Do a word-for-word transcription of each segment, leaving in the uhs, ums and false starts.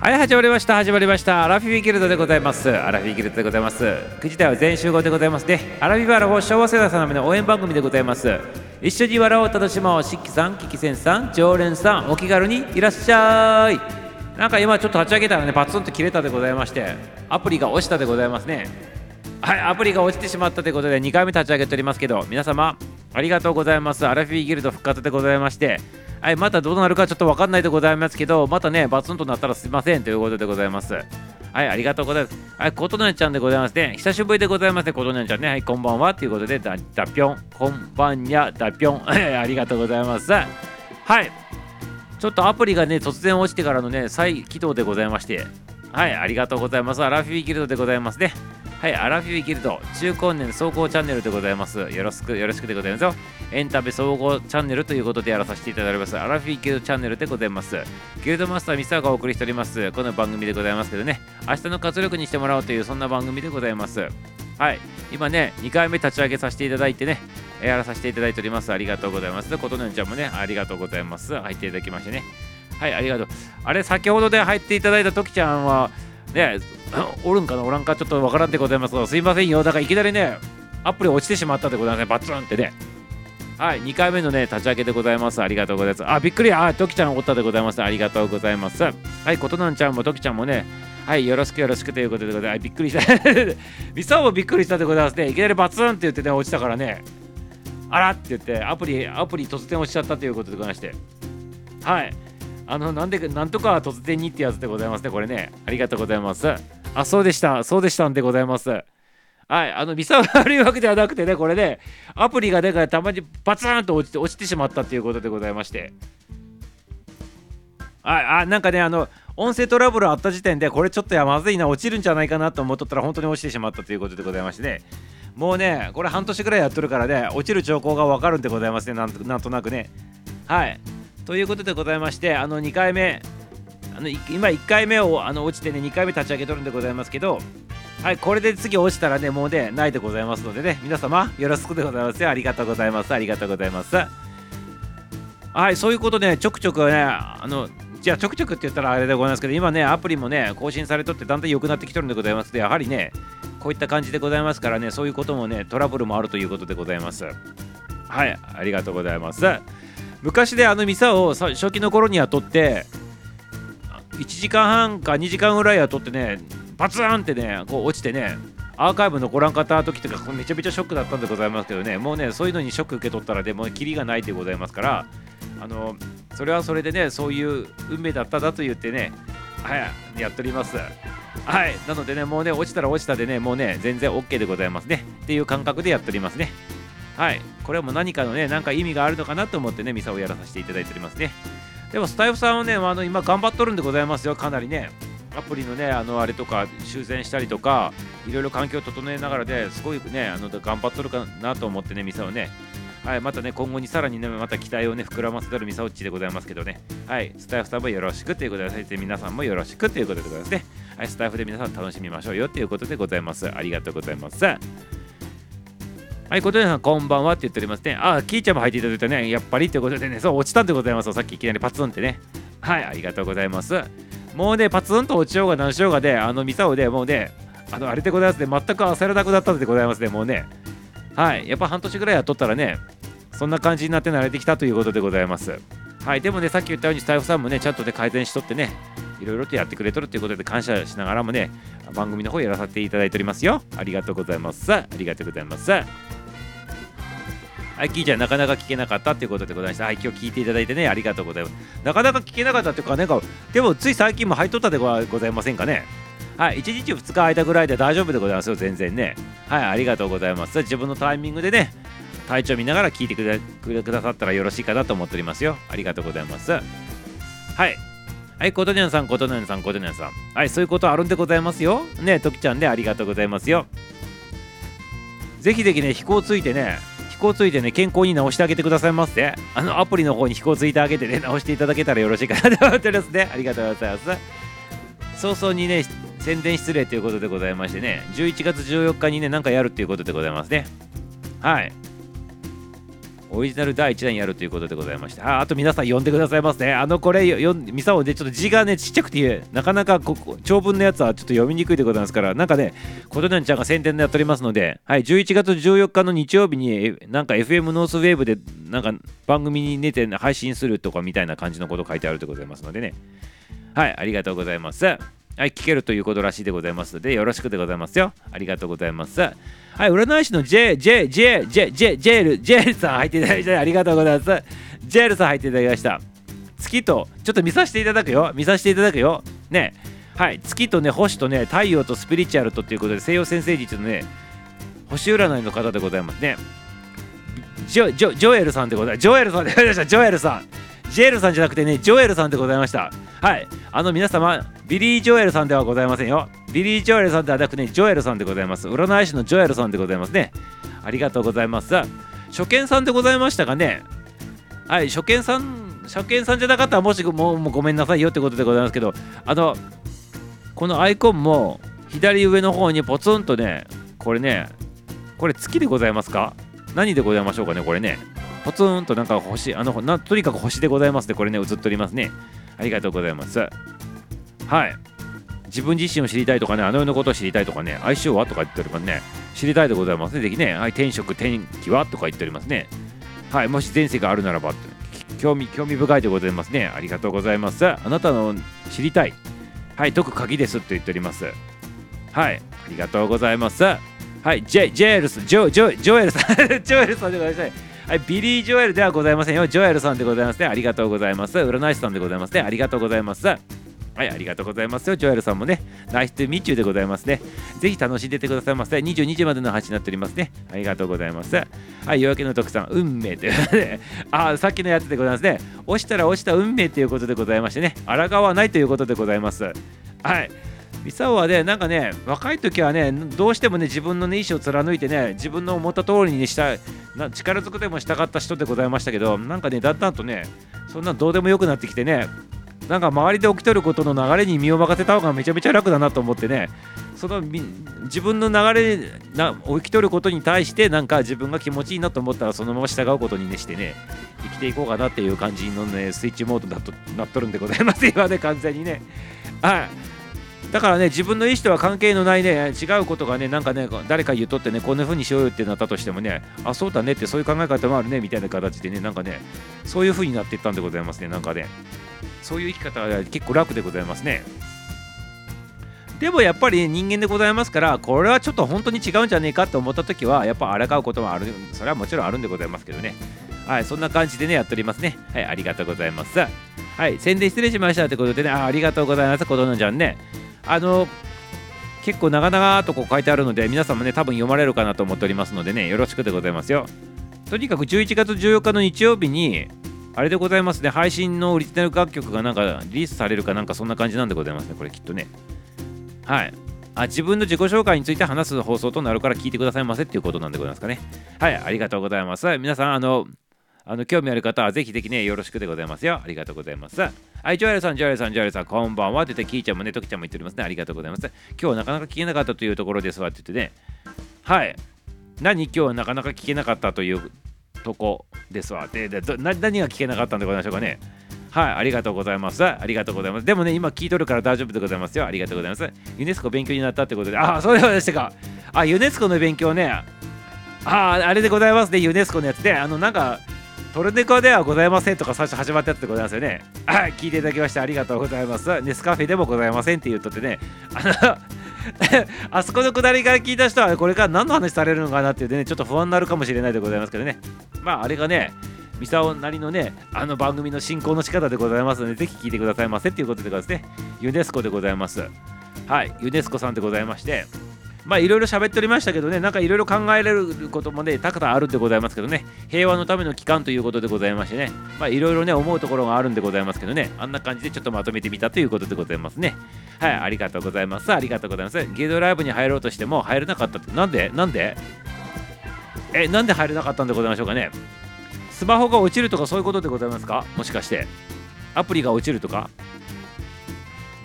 はい、始まりました始まりましたアラフィビギルドでございます。アラフィビギルドでございます。くじ台は全集合でございますね。アラフィビアラフォー昭和世代さんのための応援番組でございます。一緒に笑おう楽しもう。しっきさん、ききせんさん、常連さん、お気軽にいらっしゃい。なんか今ちょっと立ち上げたらね、パツンと切れたでございまして、アプリが落ちたでございますね。はい、アプリが落ちてしまったということでにかいめ立ち上げておりますけど、皆様ありがとうございます。アラフィビギルド復活でございまして、はい、またどうなるかちょっと分かんないでございますけど、またね、バツンとなったらすいませんということでございます。はい、ありがとうございます。はい、ことねちゃんでございますね。久しぶりでございますね、ことねちゃんね。はい、こんばんはということで、だ、だぴょん、こんばんや、だぴょん。ありがとうございます。はい、ちょっとアプリがね、突然落ちてからのね、再起動でございまして、はい、ありがとうございます。アラフィビギルドでございますね。はい、アラフィビギルド中高年総合チャンネルでございます。よろしくよろしくでございますよ。エンタメ総合チャンネルということでやらさせていただいております。アラフィビギルドチャンネルでございます。ギルドマスターミサがお送りしておりますこの番組でございますけどね、明日の活力にしてもらおうというそんな番組でございます。はい、今ねにかいめ立ち上げさせていただいてね、やらさせていただいております。ありがとうございます。ことねちゃんもね、ありがとうございます。入っていただきましてね、はい、ありがとう。あれ、先ほどで入っていただいたときちゃんはね、おるんかなおらんかちょっとわからんでございますが、すいませんよ。だからいきなりね、アプリ落ちてしまったでございますね。バツンってね。はい、にかいめのね、立ち上げでございます。ありがとうございます。あ、びっくり。あ、トキちゃんおったでございます。ありがとうございます。はい、ことなんちゃんもトキちゃんもね、はい、よろしくよろしくということでございます。びっくりした。ミサオもびっくりしたでございますね。いきなりバツンって言ってね、落ちたからね、あらって言って、アプリ、アプリ突然落ちちゃったということでございまして。はい。あの、なんで、なんとか突然にってやつでございますね。これね。ありがとうございます。あ、そうでした。そうでしたんでございます。はい。あの、ミサが悪いわけではなくてね、これね、アプリがね、たまにバツンと落ちて、落ちてしまったということでございまして。あ、あ、なんかね、あの、音声トラブルあった時点で、これちょっとやまずいな、落ちるんじゃないかなと思っとったら、本当に落ちてしまったということでございましてね。もうね、これ半年ぐらいやっとるからね、落ちる兆候がわかるんでございますね。なんと、なんとなくね。はい。ということでございまして、あのにかいめ、あの今いっかいめをあの落ちてね、にかいめ立ち上げとるんでございますけど、はい、これで次落ちたらね、もうね、ないでございますのでね、皆様よろしくでございますよ。ありがとうございます。ありがとうございます。はい、そういうことね、ちょくちょくね、あの、じゃあちょくちょくって言ったらあれでございますけど、今ね、アプリもね、更新されとってだんだん良くなってきとるんでございます。で、やはりね、こういった感じでございますからね、そういうこともね、トラブルもあるということでございます。はい、ありがとうございます。昔であのミサを初期の頃には撮っていちじかんはんかにじかんぐらいは撮ってね、バツンってね、こう落ちてね、アーカイブ残らんかった時とかめちゃめちゃショックだったんでございますけどね、もうね、そういうのにショック受け取ったらでもうキリがないでございますから、あのそれはそれでね、そういう運命だっただと言ってね、はい、やっております。はい、なのでね、もうね、落ちたら落ちたでね、もうね、全然 OK でございますねっていう感覚でやっておりますね。はい、これはもう何かのね、なんか意味があるのかなと思ってね、ミサをやらさせていただいておりますね。でもスタイフさんはね、あの今頑張っとるんでございますよ、かなりね。アプリのね、あのあれとか修繕したりとか、いろいろ環境を整えながらですごいね、あの頑張っとるかなと思ってね、ミサをね。はい、またね、今後にさらにね、また期待をね、膨らませてるミサオッチでございますけどね。はい、スタイフさんもよろしくということで、皆さんもよろしくということでございますね。はい、スタイフで皆さん楽しみましょうよということでございます。ありがとうございます。はい、ことでさん、こんばんはって言っておりますね。あ、キーちゃんも入っていただいたね。やっぱりということでね、そう、落ちたんでございます。さっきいきなりパツンってね。はい、ありがとうございます。もうね、パツンと落ちようが何しようがで、あの、ミサオでもうね、あの、あれでございますね。全く焦らなくなったんでございますね、もうね。はい、やっぱ半年ぐらいやっとったらね、そんな感じになって慣れてきたということでございます。はい、でもね、さっき言ったようにスタイフさんもね、ちゃんとね、改善しとってね、いろいろとやってくれとるということで感謝しながらもね、番組の方やらさせていただいておりますよ。ありがとうございます。ありがとうございます。はい、キーちゃんなかなか聞けなかったということでございました。はい、今日聞いていただいてね、ありがとうございます。なかなか聞けなかったというか、なんか、でもつい最近も入っとったでございませんかね。はい、いちにちふつか空いたぐらいで大丈夫でございますよ、全然ね。はい、ありがとうございます。自分のタイミングでね、体調見ながら聞いてくだくださったらよろしいかなと思っておりますよ。ありがとうございます。はい。はい、ことにゃんさん、ことにゃんさん、ことにゃんさん。はい、そういうことあるんでございますよ。ね、ときちゃんで、ね、ありがとうございますよ。ぜひぜひね、飛行ついてね、飛行ついてね、健康に直してあげてくださいませ。あのアプリの方に飛行ついてあげてね、直していただけたらよろしいかなと思っておりますね。ありがとうございます。早々にね、宣伝失礼ということでございましてね、じゅういちがつじゅうよっかにね、なんかやるっていうことでございますね。はい。 オリジナルだいいちだんやるということでございまして、あ、あと皆さん読んでくださいますね。あのこれよんミサオでちょっと字がねちっちゃくてなかなかここ長文のやつはちょっと読みにくいでございますから、なんかねことなんちゃんが宣伝でやっておりますので、はい、じゅういちがつじゅうよっかの日曜日になんか エフエム ノースウェーブでなんか番組に出て配信するとかみたいな感じのこと書いてあるでございますのでね、はい、ありがとうございます。はい、聞けるということらしいでございますので、よろしくでございますよ。ありがとうございます。はい、占い師の J、J、J、J、J、ジェール、ジェールさん入っていただいてありがとうございます。ジェールさん入っていただきました。月と、ちょっと見させていただくよ。見させていただくよ。ね。はい、月とね、星とね、太陽とスピリチュアルとということで、西洋先生術のね、星占いの方でございますね。ジョ、ジョ、ジョエルさんでございます。ジョエルさんでございました。ジョエルさん。ジェールさんじゃなくてね、ジョエルさんでございました。はい。あの皆様、ビリー・ジョエルさんではございませんよ。ビリー・ジョエルさんではなくてね、ジョエルさんでございます。占い師のジョエルさんでございますね。ありがとうございます。初見さんでございましたかね。はい、初見さん、初見さんじゃなかったらもしもう、もうごめんなさいよってことでございますけど、あの、このアイコンも左上の方にポツンとね、これね、これ月でございますか？何でございましょうかね、これね。ポツンとなんか星、あのなとにかく星でございますね。これね、映っておりますね。ありがとうございます。はい。自分自身を知りたいとかね、あの世のことを知りたいとかね、相性はとか言っておりますね。知りたいでございますね。ぜひね、はい、天職、天気はとか言っておりますね。はい、もし前世があるならばって、興味、興味深いでございますね。ありがとうございます。あなたの知りたい。はい、解く鍵ですって言っております。はい、ありがとうございます。はい、ジェ、ジェールス、ジョ、ジョ、ジョエルさん、ジョエルさんでございます。はい、ビリー・ジョエルではございませんよ。ジョエルさんでございますね。ありがとうございます。占い師さんでございますね。ありがとうございます。はい、ありがとうございますよ。ジョエルさんもね、ナイストゥミッチューでございますね。ぜひ楽しんでてくださいませ。にじゅうにじまでの配信になっておりますね。ありがとうございます。はい、夜明けの徳さん、運命ということで、あ、さっきのやつでございますね。押したら押した運命ということでございましてね、抗わないということでございます。はい。ミサオはね、なんかね、若い時はね、どうしてもね、自分の、ね、意思を貫いてね、自分の思った通りにしたな、力ずくでもしたかった人でございましたけど、なんかね、だんだんとね、そんなどうでもよくなってきてね、なんか周りで起きとることの流れに身を任せた方がめちゃめちゃ楽だなと思ってね、その自分の流れな起きとることに対して、なんか自分が気持ちいいなと思ったら、そのまま従うことにねしてね、生きていこうかなっていう感じのね、スイッチモードだとなっとるんでございます、今ね、完全にね。はい。だからね、自分の意思とは関係のないね、違うことがね、なんかね、誰か言うとってね、こんな風にしようよってなったとしてもね、あ、そうだねって、そういう考え方もあるねみたいな形でね、なんかね、そういう風になっていったんでございますね、なんかね、そういう生き方は結構楽でございますね。でもやっぱり人間でございますから、これはちょっと本当に違うんじゃねえかって思ったときは、やっぱ抗うこともある、それはもちろんあるんでございますけどね。はい、そんな感じでね、やっておりますね。はい、ありがとうございます。はい、宣伝失礼しましたってことでね、あ、ありがとうございます、ことのちゃんね。あの結構長々とこう書いてあるので、皆さんもね多分読まれるかなと思っておりますのでね、よろしくでございますよ。とにかくじゅういちがつじゅうよっかの日曜日にあれでございますね、配信のオリジナル楽曲がなんかリリースされるかなんかそんな感じなんでございますね、これきっとね。はい、あ、自分の自己紹介について話す放送となるから聞いてくださいませっていうことなんでございますかね。はい、ありがとうございます。皆さん、あのあの興味ある方はぜひぜひね、よろしくでございますよ。ありがとうございます。はい、ジョエルさん、ジョエルさん、ジョエルさん、こんばんはって言って、キーちゃんもね、トキちゃんも言っておりますね。ありがとうございます。今日はなかなか聞けなかったというところですわって言ってね。はい。何今日はなかなか聞けなかったというとこですわ。で、でな何が聞けなかったんでございましょうかね。はい、ありがとうございます。ありがとうございます。でもね、今聞いとるから大丈夫でございますよ。ありがとうございます。ユネスコ勉強になったってことで、ああ、そうでしたか。あ、ユネスコの勉強ね。ああ、あれでございますね、ユネスコのやつで、あの、なんか、トルネコではございませんとか最初始まったやつでございますよね。はい、聞いていただきましてありがとうございます。ネスカフェでもございませんって言うとってね、あのあそこのくだりから聞いた人はこれから何の話されるのかなっていうね、ちょっと不安になるかもしれないでございますけどね。まああれがね、ミサオなりのね、あの番組の進行の仕方でございますので、ぜひ聞いてくださいませっていうことでございますね。ユネスコでございます。はい、ユネスコさんでございまして、まあいろいろ喋っておりましたけどね、なんかいろいろ考えられることもね、たくさんあるんでございますけどね、平和のための機関ということでございましてね、まあいろいろね、思うところがあるんでございますけどね、あんな感じでちょっとまとめてみたということでございますね。はい、ありがとうございます。ありがとうございます。ゲドライブに入ろうとしても入れなかったって、なんでなんでえ、なんで入れなかったんでございましょうかね。スマホが落ちるとかそういうことでございますか、もしかして。アプリが落ちるとか。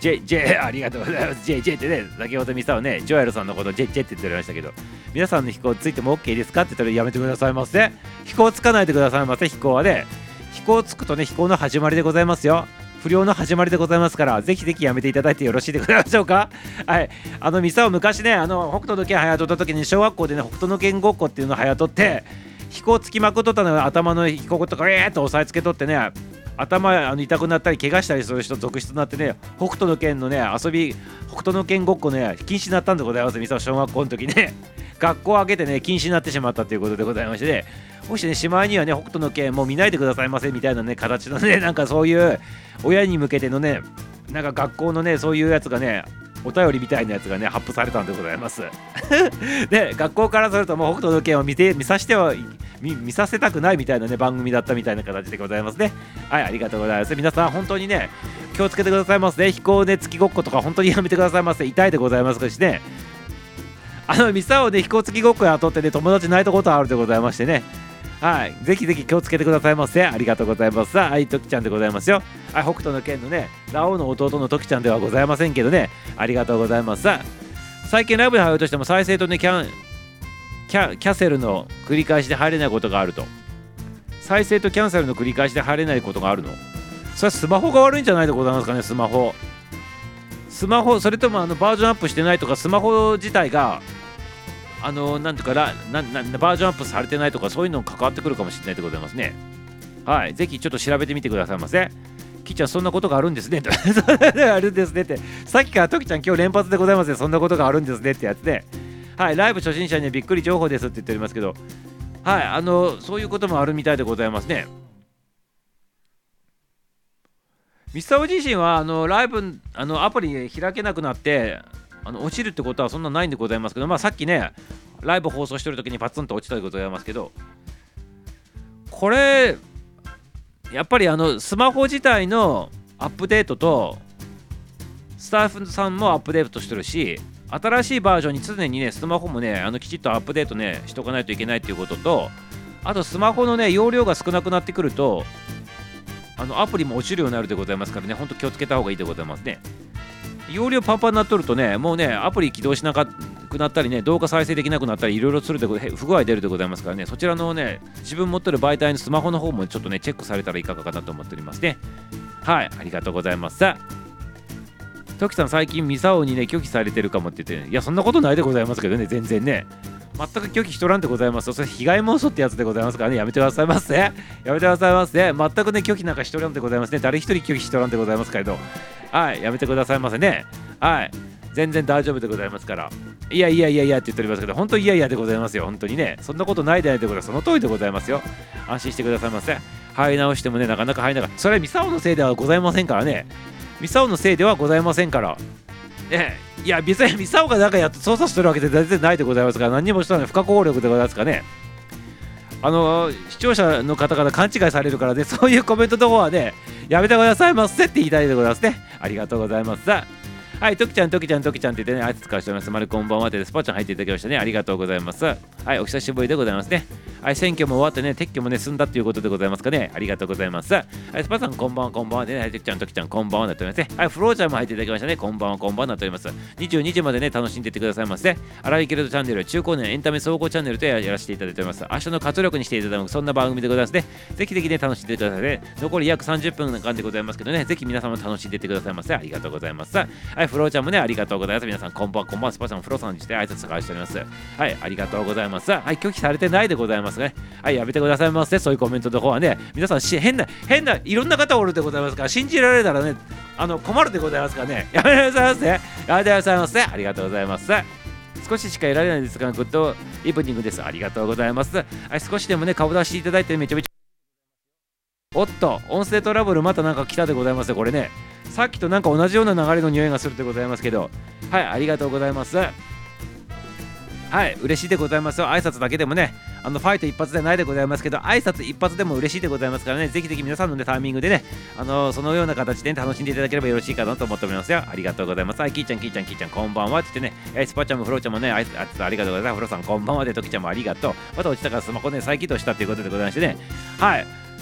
J、J、ありがとうございます。J、J ってね、先ほどミサをね、ジョエルさんのこと J、J って言っておりましたけど、皆さんの飛行ついても OK ですかって言ったらやめてくださいませ。飛行つかないでくださいませ。飛行はね、飛行つくとね、飛行の始まりでございますよ。不良の始まりでございますから、ぜひぜひやめていただいてよろしいでございましょうか。はい、あのミサを昔ね、あの北斗の拳流行っとった時に小学校でね、北斗の拳ごっこっていうのが流行っとって、飛行つきまくっとったのが頭の飛行とかえーっと押さえつけとってね、頭あの痛くなったり怪我したりする人続出になってね、北斗の拳のね遊び、北斗の拳ごっこね禁止になったんでございます。ミサ小学校の時ね、学校を開けてね禁止になってしまったということでございましてね、もしねしまいにはね北斗の拳もう見ないでくださいませみたいなね形のね、なんかそういう親に向けてのね、なんか学校のねそういうやつがね、お便りみたいなやつがね発布されたんでございますで、学校からするともう北斗の拳を見て見させては見, 見させたくないみたいなね番組だったみたいな形でございますね。はい、ありがとうございます。皆さん本当にね気をつけてくださいませね。飛行で月ごっことか本当にやめてくださいませ。痛いでございますしね、あのミサをね飛行付きごっこやとってね友達泣いたことあるでございましてね、はい、ぜひぜひ気をつけてくださいませ。ありがとうございます。はい、トキちゃんでございますよ。はい、北斗の拳のねラオウの弟のトキちゃんではございませんけどね、ありがとうございます。最近ライブに入ろうとしても再生とねキャンキャキャセルの繰り返しで入れないことがあると。再生とキャンセルの繰り返しで入れないことがあるの。それはスマホが悪いんじゃないでございますかね。スマホスマホそれともあのバージョンアップしてないとか、スマホ自体があのなんていうかなななバージョンアップされてないとか、そういうの関わってくるかもしれないでございますね。はい、ぜひちょっと調べてみてくださいませ。きっちゃんそんなことがあるんですねってあるんですねって、さっきからトキちゃん今日連発でございますね。そんなことがあるんですねってやつで、はい、ライブ初心者にはびっくり情報ですって言っておりますけど、はい、あのそういうこともあるみたいでございますね。ミスターオ自身はあのライブあのアプリ開けなくなってあの落ちるってことはそんなないんでございますけど、まあさっきねライブ放送してる時にパツンと落ちたでございますけど、これやっぱりあのスマホ自体のアップデートとスタッフさんもアップデートしてるし、新しいバージョンに常にねスマホもねあのきちっとアップデートねしとかないといけないっていうことと、あとスマホのね容量が少なくなってくるとあのアプリも落ちるようになるでございますからね、ほんと気をつけた方がいいでございますね。容量パンパンになっとるとね、もうねアプリ起動しなくなったりね、動画再生できなくなったりいろいろするで不具合出るでございますからね、そちらのね自分持ってる媒体のスマホの方もちょっとねチェックされたらいかがかなと思っておりますね。はい、ありがとうございます。トキさん最近ミサオにね拒否されてるかもって言って、いやそんなことないでございますけどね、全然ね全く拒否しとらんでございます。それ被害妄想ってやつでございますからね、やめてくださいませ。やめてくださいませ。全くね拒否なんかしとらんでございますね。誰一人拒否しとらんでございますけど、はい、やめてくださいませね。はい、全然大丈夫でございますから。いやいやいやいやって言っておりますけど、本当いやいやでございますよ。本当にね、そんなことないでないでございます。その通りでございますよ。安心してくださいませ。入り直してもね、なかなか入りながら、それはミサオのせいではございませんからね。ミサオのせいではございませんから。ね、いや、別にミサオがなんかやって操作してるわけで全然ないでございますから、何にもしたのに不可抗力でございますかね。あの視聴者の方々勘違いされるからね、そういうコメントの方はね、やめてくださいませって言いたいでございますね。ありがとうございます。はい、トキちゃん、トキちゃん、トキちゃんって言ってね、あいつ使わせております。まるこんばんはってスパちゃん入っていただきましたね。ありがとうございます。はい、お久しぶりでございますね。はい、選挙も終わってね、撤去もね、済んだということでございますかね。ありがとうございます。はい、スパさん、こんばんは、こんばんはね。はい、トキちゃん、トキちゃん、こんばんはなっておりますね。はい、フローちゃんも入っていただきましたね。こんばんは、こんばんはなっております。にじゅうにじまでね、楽しんでいってくださいませ。アラビキルドチャンネル、中高年エンタメ総合チャンネルとやらせていただいております。明日の活力にしていただく、そんな番組でございますね。ぜひぜひね、楽しんでいってくださいね。残り約さんじゅっぷん間でございますけどね、ぜひ皆様楽しんでいってくださいませ。ありがとうございます。はい、フローちゃんもね、ありがとうございます。皆さん、こんばんは、こんばんは。スパちゃん、フローさんにして挨拶返しております。はい、ありがとうございます。はい、拒否されてないでございますね。はい、やめてくださいませ。そういうコメントの方はね、皆さんし、変な、変な、いろんな方おるでございますから、信じられたらね、あの困るでございますからね、やめてくださいませ。やめてくださいませ。ありがとうございます。少ししか得られないですが、グッドイブニングです。ありがとうございます。はい、少しでもね、顔出していただいて、めちゃめちゃ。おっと、音声トラブルまたなんか来たでございますよ、これね。さっきとなんか同じような流れの匂いがするでございますけど、はい、ありがとうございます。はい、嬉しいでございますよ。挨拶だけでもね、あのファイト一発ではないでございますけど、挨拶一発でも嬉しいでございますからね、ぜひぜひ皆さんの、ね、タイミングでね、あのー、そのような形で、ね、楽しんでいただければよろしいかなと思っておりますよ。ありがとうございます。はい、キーちゃん、キーちゃん、キーちゃん、こんばんはって言ってね、スパちゃんもフローちゃんもね、あいつありがとうございます。フローさん、こんばんはで、トキちゃんもありがとう。また落ちたからスマホね、再起動したということでございましてね、はい。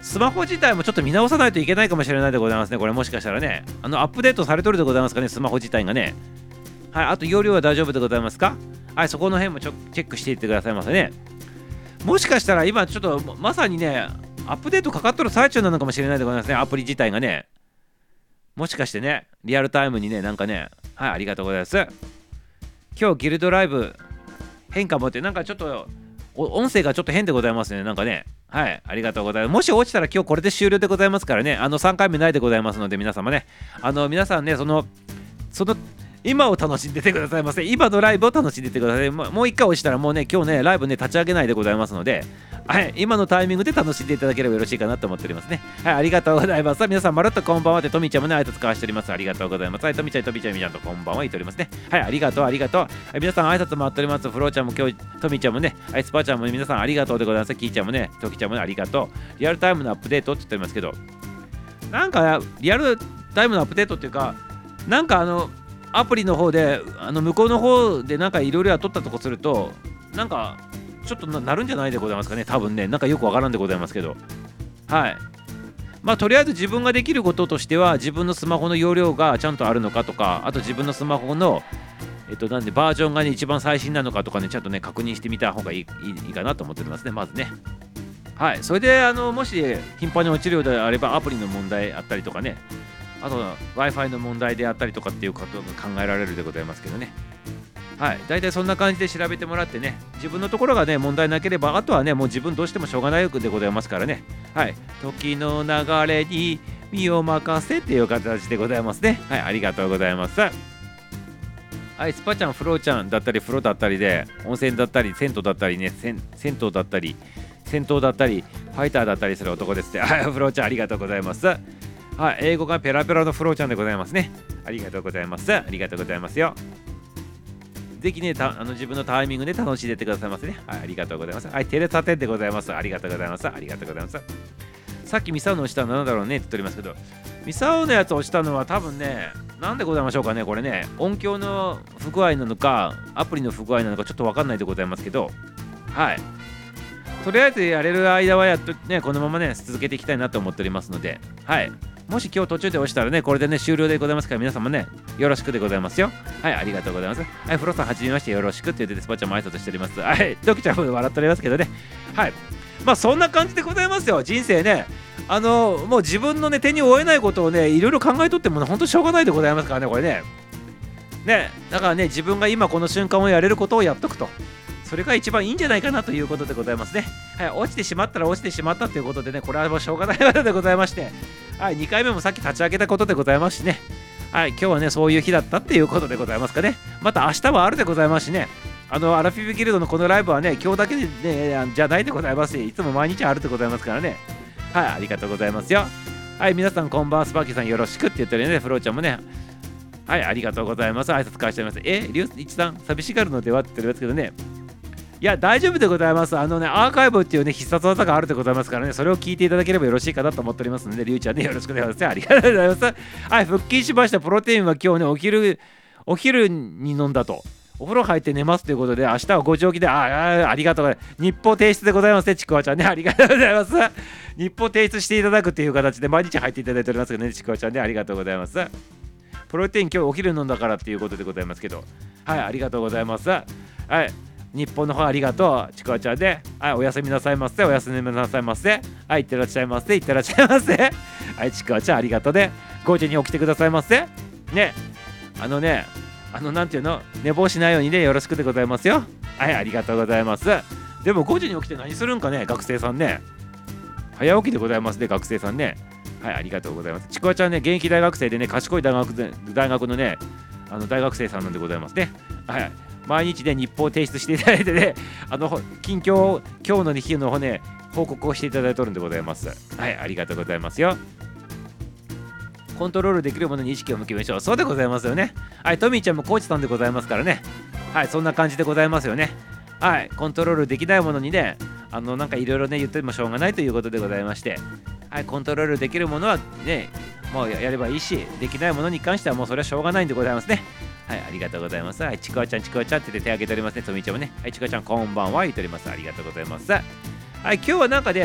スマホ自体もちょっと見直さないといけないかもしれないでございますね。これもしかしたらね、あのアップデートされとるでございますかね、スマホ自体がね。はい、あと容量は大丈夫でございますか？はい、そこの辺もちょチェックしていってくださいませね。もしかしたら今ちょっとまさにね、アップデートかかっとる最中なのかもしれないでございますね、アプリ自体がね。もしかしてね、リアルタイムにね、なんかね、はい、ありがとうございます。今日ギルドライブ変化もって、なんかちょっと音声がちょっと変でございますね、なんかね。はい、ありがとうございます。もし落ちたら今日これで終了でございますからね、あのさんかいめないでございますので、皆様ね、あの皆さんね、その、その、今を楽しんでてくださいませ。今のライブを楽しんでてください。もう一回押したらもうね、今日ね、ライブね、立ち上げないでございますので、はい、今のタイミングで楽しんでいただければよろしいかなと思っておりますね。はい、ありがとうございます。皆さん、まるっとこんばんはって、とみちゃんもね、挨拶交わしております。ありがとうございます。はい、とみちゃん、とみちゃん、みちゃんとこんばんは言っておりますね。はい、ありがとう、ありがとう。はい、皆さん、挨拶回っております。フローちゃんも今日、とみちゃんもね、はい、スパちゃんも皆さん、ありがとうでございます。キーちゃんもね、ときちゃんもね、ありがとう。リアルタイムのアップデートって言っておりますけど、なんか、リアルタイムのアップデートっていうか、なんかあの、アプリの方であの向こうの方でなんかいろいろやっとったとこするとなんかちょっと な, なるんじゃないでございますかね。多分ね、なんかよくわからんでございますけど、はい、まあとりあえず自分ができることとしては自分のスマホの容量がちゃんとあるのかとか、あと自分のスマホのえっとなんでバージョンがね一番最新なのかとかね、ちゃんとね確認してみた方がいい、いい、いいかなと思っておりますね、まずね。はい、それであのもし頻繁に落ちるようであればアプリの問題あったりとかね、あと Wi-Fi の問題であったりとかっていうことが考えられるでございますけどね。はい、大体そんな感じで調べてもらってね、自分のところがね問題なければ、あとはねもう自分どうしてもしょうがないでございますからね。はい、時の流れに身を任せっていう形でございますね。はい、ありがとうございます。はい、スパちゃん、フローちゃんだったり、風呂だったりで、温泉だったり、銭湯だったりね、銭湯だったり、戦闘だったり、ファイターだったりする男ですって。はい、フローちゃんありがとうございます。はい、英語がペラペラのフローちゃんでございますね。ありがとうございます。ありがとうございますよ。ぜひね、たあの自分のタイミングで楽しんでってくださいませね。はい、ありがとうございます。はい、テレサテンでございます。ありがとうございます。ありがとうございます。さっきミサオの押したのなんだろうねって言っておりますけど、ミサオのやつを押したのは多分ね、なんでございましょうかね、これね、音響の不具合なのか、アプリの不具合なのかちょっとわかんないでございますけど、はい。とりあえずやれる間はやっとね、このままね、続けていきたいなと思っておりますので、はい。もし今日途中で押したらね、これでね、終了でございますから、皆様ね、よろしくでございますよ。はい、ありがとうございます。はい、フロさん、はじめまして、よろしくって言ってて、スパちゃんも挨拶しております。はい、ドキちゃんも笑っておりますけどね。はい。まあ、そんな感じでございますよ、人生ね。あの、もう自分のね、手に負えないことをね、いろいろ考えとっても、ね、本当しょうがないでございますからね、これね。ね、だからね、自分が今この瞬間をやれることをやっとくと。それが一番いいんじゃないかなということでございますね。はい、落ちてしまったら落ちてしまったということでね、これはもうしょうがないことでございまして、はい、にかいめもさっき立ち上げたことでございますしね、はい、今日はね、そういう日だったっていうことでございますかね。また明日はあるでございますしね、あの、アラフィフギルドのこのライブはね、今日だけで、ね、じゃないでございますし、いつも毎日あるでございますからね。はい、ありがとうございますよ。はい、皆さんこんばんは、スパーキーさんよろしくって言ってるね、フローちゃんもね、はい、ありがとうございます。挨拶返しております。え、リュウイチさん、寂しがるのではって言ってるんですけどね、いや、大丈夫でございます。あのね、アーカイブっていうね、必殺技があるでございますからね、それを聞いていただければよろしいかなと思っておりますので、りゅうちゃんね、よろしくお願いします。ありがとうございます。はい、復帰しました。プロテインは今日ね、お昼、お昼に飲んだと。お風呂入って寝ますということで、明日はご長期で、ああ、ありがとうございます。日報提出でございますね、ちくわちゃんね、ありがとうございます。日報提出していただくっていう形で、毎日入っていただいておりますけどね、ちくわちゃんね、ありがとうございます。プロテイン今日お昼飲んだからっていうことでございますけど、はい、ありがとうございます。はい。日本の方ありがとう、ちくわちゃんで、はい、おやすみなさいませ、おやすみなさいませ、はい、いってらっしゃいませ、いってらっしゃいませ、はい、ちくわちゃんありがとうで、ごじに起きてくださいませ、ね、あのね、あの、なんていうの、寝坊しないようにね、よろしくでございますよ。はい、ありがとうございます。でもごじに起きて何するんかね、学生さんね。早起きでございますね、学生さんね。はい、ありがとうございます。ちくわちゃんね、現役大学生でね、賢い大学で大学のね、あの大学生さんなんでございますね。はい。毎日で、ね、日報を提出していただいてね、あの近況、今日の日のね、報告をしていただいておるんでございます。はい、ありがとうございますよ。コントロールできるものに意識を向けましょう。そうでございますよね。はい、トミーちゃんもコーチさんでございますからね。はい、そんな感じでございますよね。はい、コントロールできないものにね、あのなんかいろいろね、言ってもしょうがないということでございまして、はい、コントロールできるものはね、もうやればいいし、できないものに関してはもうそれはしょうがないんでございますね。はい、ありがとうございます。はい、ちくわちゃん、ちくわちゃんって手挙げておりますね、とみちゃんもね。はい、ちくわちゃん、こんばんは、言っております。ありがとうございます。はい、今日はなんかで、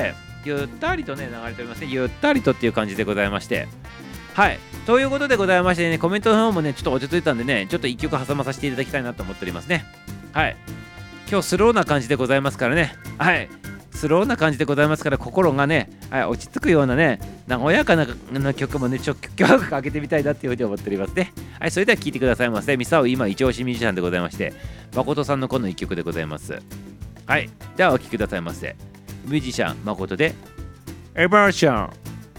ゆったりとね流れておりますね。ゆったりとっていう感じでございまして、はいということでございましてね、コメントの方もねちょっと落ち着いたんでね、ちょっといっきょく挟まさせていただきたいなと思っておりますね。はい、今日スローな感じでございますからね、はいスローな感じでございますから、心がね、はい、落ち着くようなね和やかな曲もねちょっと今日かけてみたいなっていうふうに思っておりますね。はい、それでは聴いてくださいませ。ミサオ今一押しミュージシャンでございまして、誠さんのこのいっきょくでございます。はい、ではお聴きくださいませ。ミュージシャン誠でエバーション。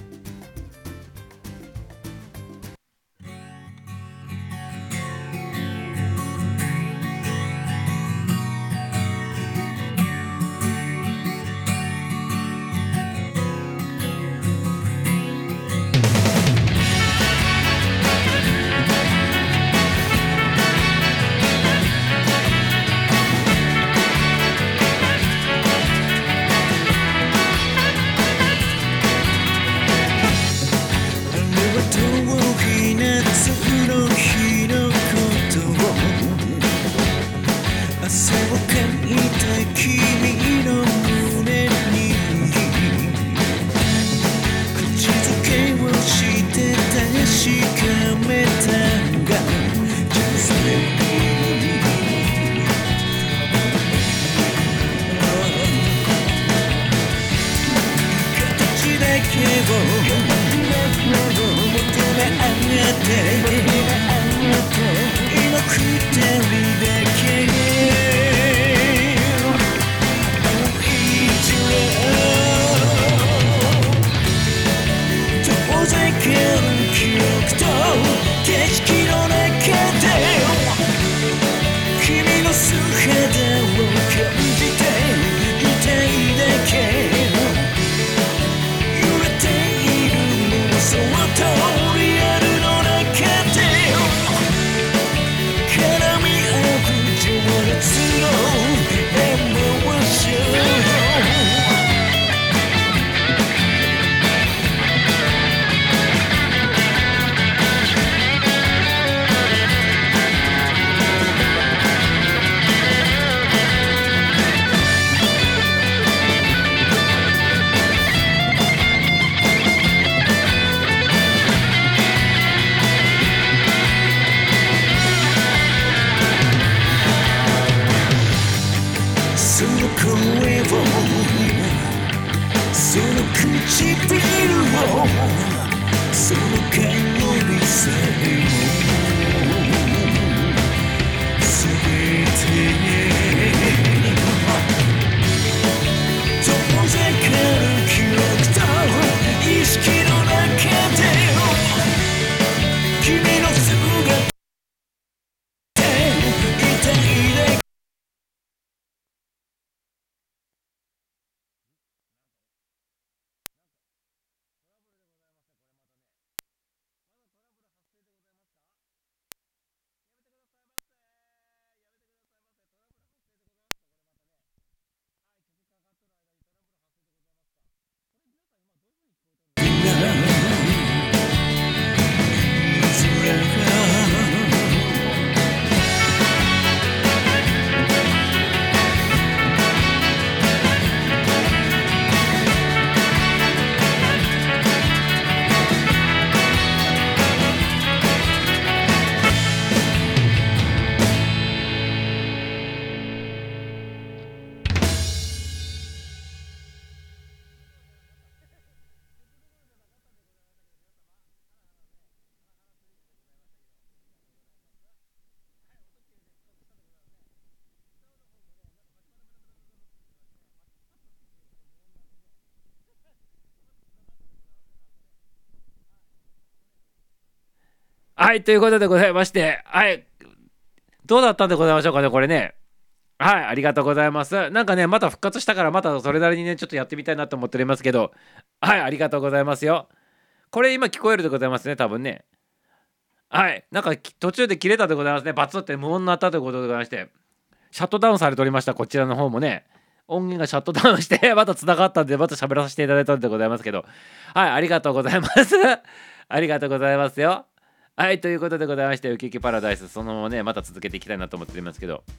はい、ということでございまして、はい、どうだったんでございましょうかね、これね。はい、ありがとうございます。なんかね、また復活したから、またそれなりにね、ちょっとやってみたいなと思っておりますけど、はい、ありがとうございますよ。これ今聞こえるでございますね、多分ね。はい、なんか途中で切れたでございますね。バツって無音になったということでございまして、シャットダウンされておりました、こちらの方もね。音源がシャットダウンしてまた繋がったんで、また喋らさせていただいたんでございますけど、はい、ありがとうございます。ありがとうございますよ。はい、ということでございまして、ウキウキパラダイス、そのままね、また続けていきたいなと思っておりますけど、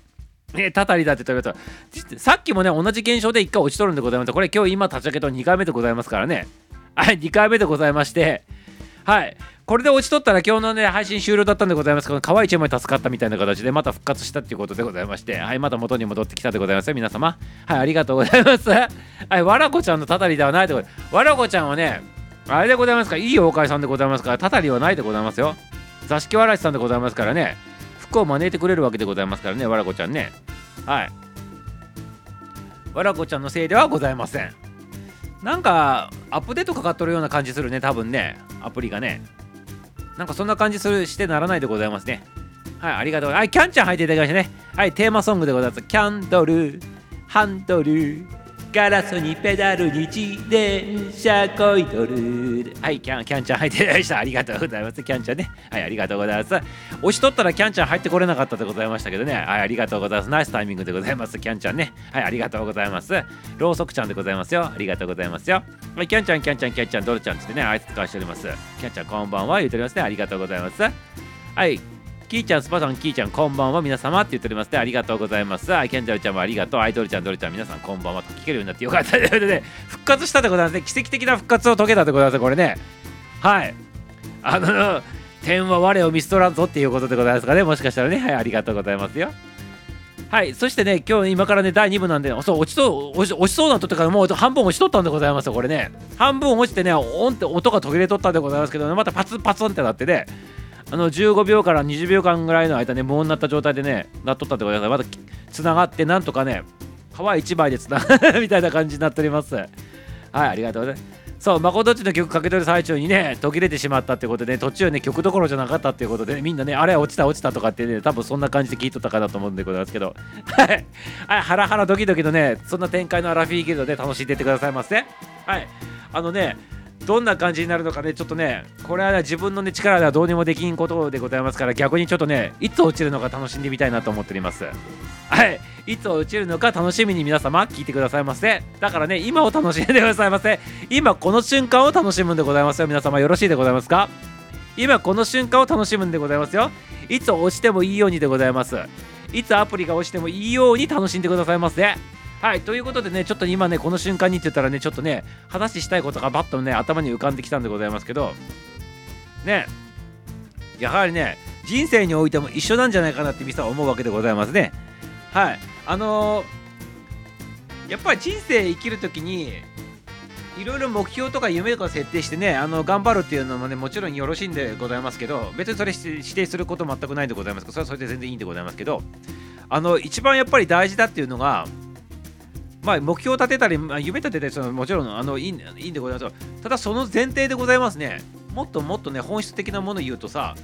ね、たたりだって言ったらさっきもね同じ現象でいっかい落ちとるんでございます。これ今日今立ち上げとにかいめでございますからね。はい、にかいめでございまして、はいこれで落ちとったら今日のね配信終了だったんでございますけど、可愛いいちまい助かったみたいな形でまた復活したっていうことでございまして、はいまた元に戻ってきたでございますよ皆様。はいありがとうございます。はいわらこちゃんのたたりではないでございます。わらこちゃんはねあれでございますから、いい妖怪さんでございますから、たたりはないでございますよ。座敷わらしさんでございますからね、服を招いてくれるわけでございますからね、わらこちゃんね。はいわらこちゃんのせいではございません。なんかアップデートかかっとるような感じするね、多分ねアプリがね、なんかそんな感じするしてならないでございますね。はいありがとう。はいキャンちゃん入っていただきましたね。はいテーマソングでございます。キャンドルハンドルガラスにペダルに自転車こいどる。はいキャンキャンちゃん入っていただきました。ありがとうございます。キャンちゃんね。はいありがとうございます。押しとったらキャンちゃん入ってこれなかったでございましたけどね。はいありがとうございます。ナイスタイミングでございます。キャンちゃんね。はいありがとうございます。ろうそくちゃんでございますよ。ありがとうございますよ。はいキャンちゃんキャンちゃんキャンちゃんドルちゃんつってね挨拶交わしております。キャンちゃんこんばんは言っておりますね。ありがとうございます。はいキーちゃんスパさんキーちゃんこんばんは皆様って言っておりますね。ありがとうございます。はい、ケンドルちゃんもありがとう。アイドルちゃんドルちゃん皆さんこんばんはと聞けるようになってよかったということで、復活したでございますね。奇跡的な復活を遂げたでございますこれね。はいあの天は我を見捨とらんぞっていうことでございますかね、もしかしたらね。はいありがとうございますよ。はいそしてね今日今からねだいにぶなんで、そう落ちと落ち落ちそうなとってからもう半分落ちとったんでございますよこれね。半分落ちてねオンって音が途切れとったんでございますけどね、またパツパツンってなってね、あのじゅうごびょうからにじゅうびょうかんぐらいの間ね無音になった状態でねなっとったってことで、またつながってなんとかね皮一枚でつながるみたいな感じになっております。はいありがとうございます。そうまことっちの曲かけとる最中にね途切れてしまったってことで、途中ね曲どころじゃなかったっていうことで、ね、みんなねあれ落ちた落ちたとかってね多分そんな感じで聞いとったかなと思うんでございますけど、はいはいハラハラドキドキのねそんな展開のアラフィーギルドで楽しんでいってくださいませ。はいあのねどんな感じになるのかねちょっとねこれは、ね、自分の、ね、力ではどうにもできんことでございますから、逆にちょっとねいつ落ちるのか楽しんでみたいなと思っております。はいいつ落ちるのか楽しみに皆様聞いてくださいませ。だからね今を楽しんでくださいませ。今この瞬間を楽しむんでございますよ皆様、よろしいでございますか。今この瞬間を楽しむんでございますよ。いつ落ちてもいいようにでございます。いつアプリが落ちてもいいように楽しんでくださいませ。はいということでねちょっと今ねこの瞬間にって言ったらねちょっとね話したいことがバッとね頭に浮かんできたんでございますけどね、やはりね人生においても一緒なんじゃないかなってミサは思うわけでございますね。はいあのー、やっぱり人生生きるときにいろいろ目標とか夢とか設定してねあの頑張るっていうのもねもちろんよろしいんでございますけど、別にそれ指定すること全くないんでございますけど、それはそれで全然いいんでございますけど、あの一番やっぱり大事だっていうのが、まあ、目標を立てたり、まあ、夢立てたりするのはもちろんあのいい、いいんでございます。ただその前提でございますね。もっともっとね本質的なものを言うとさ、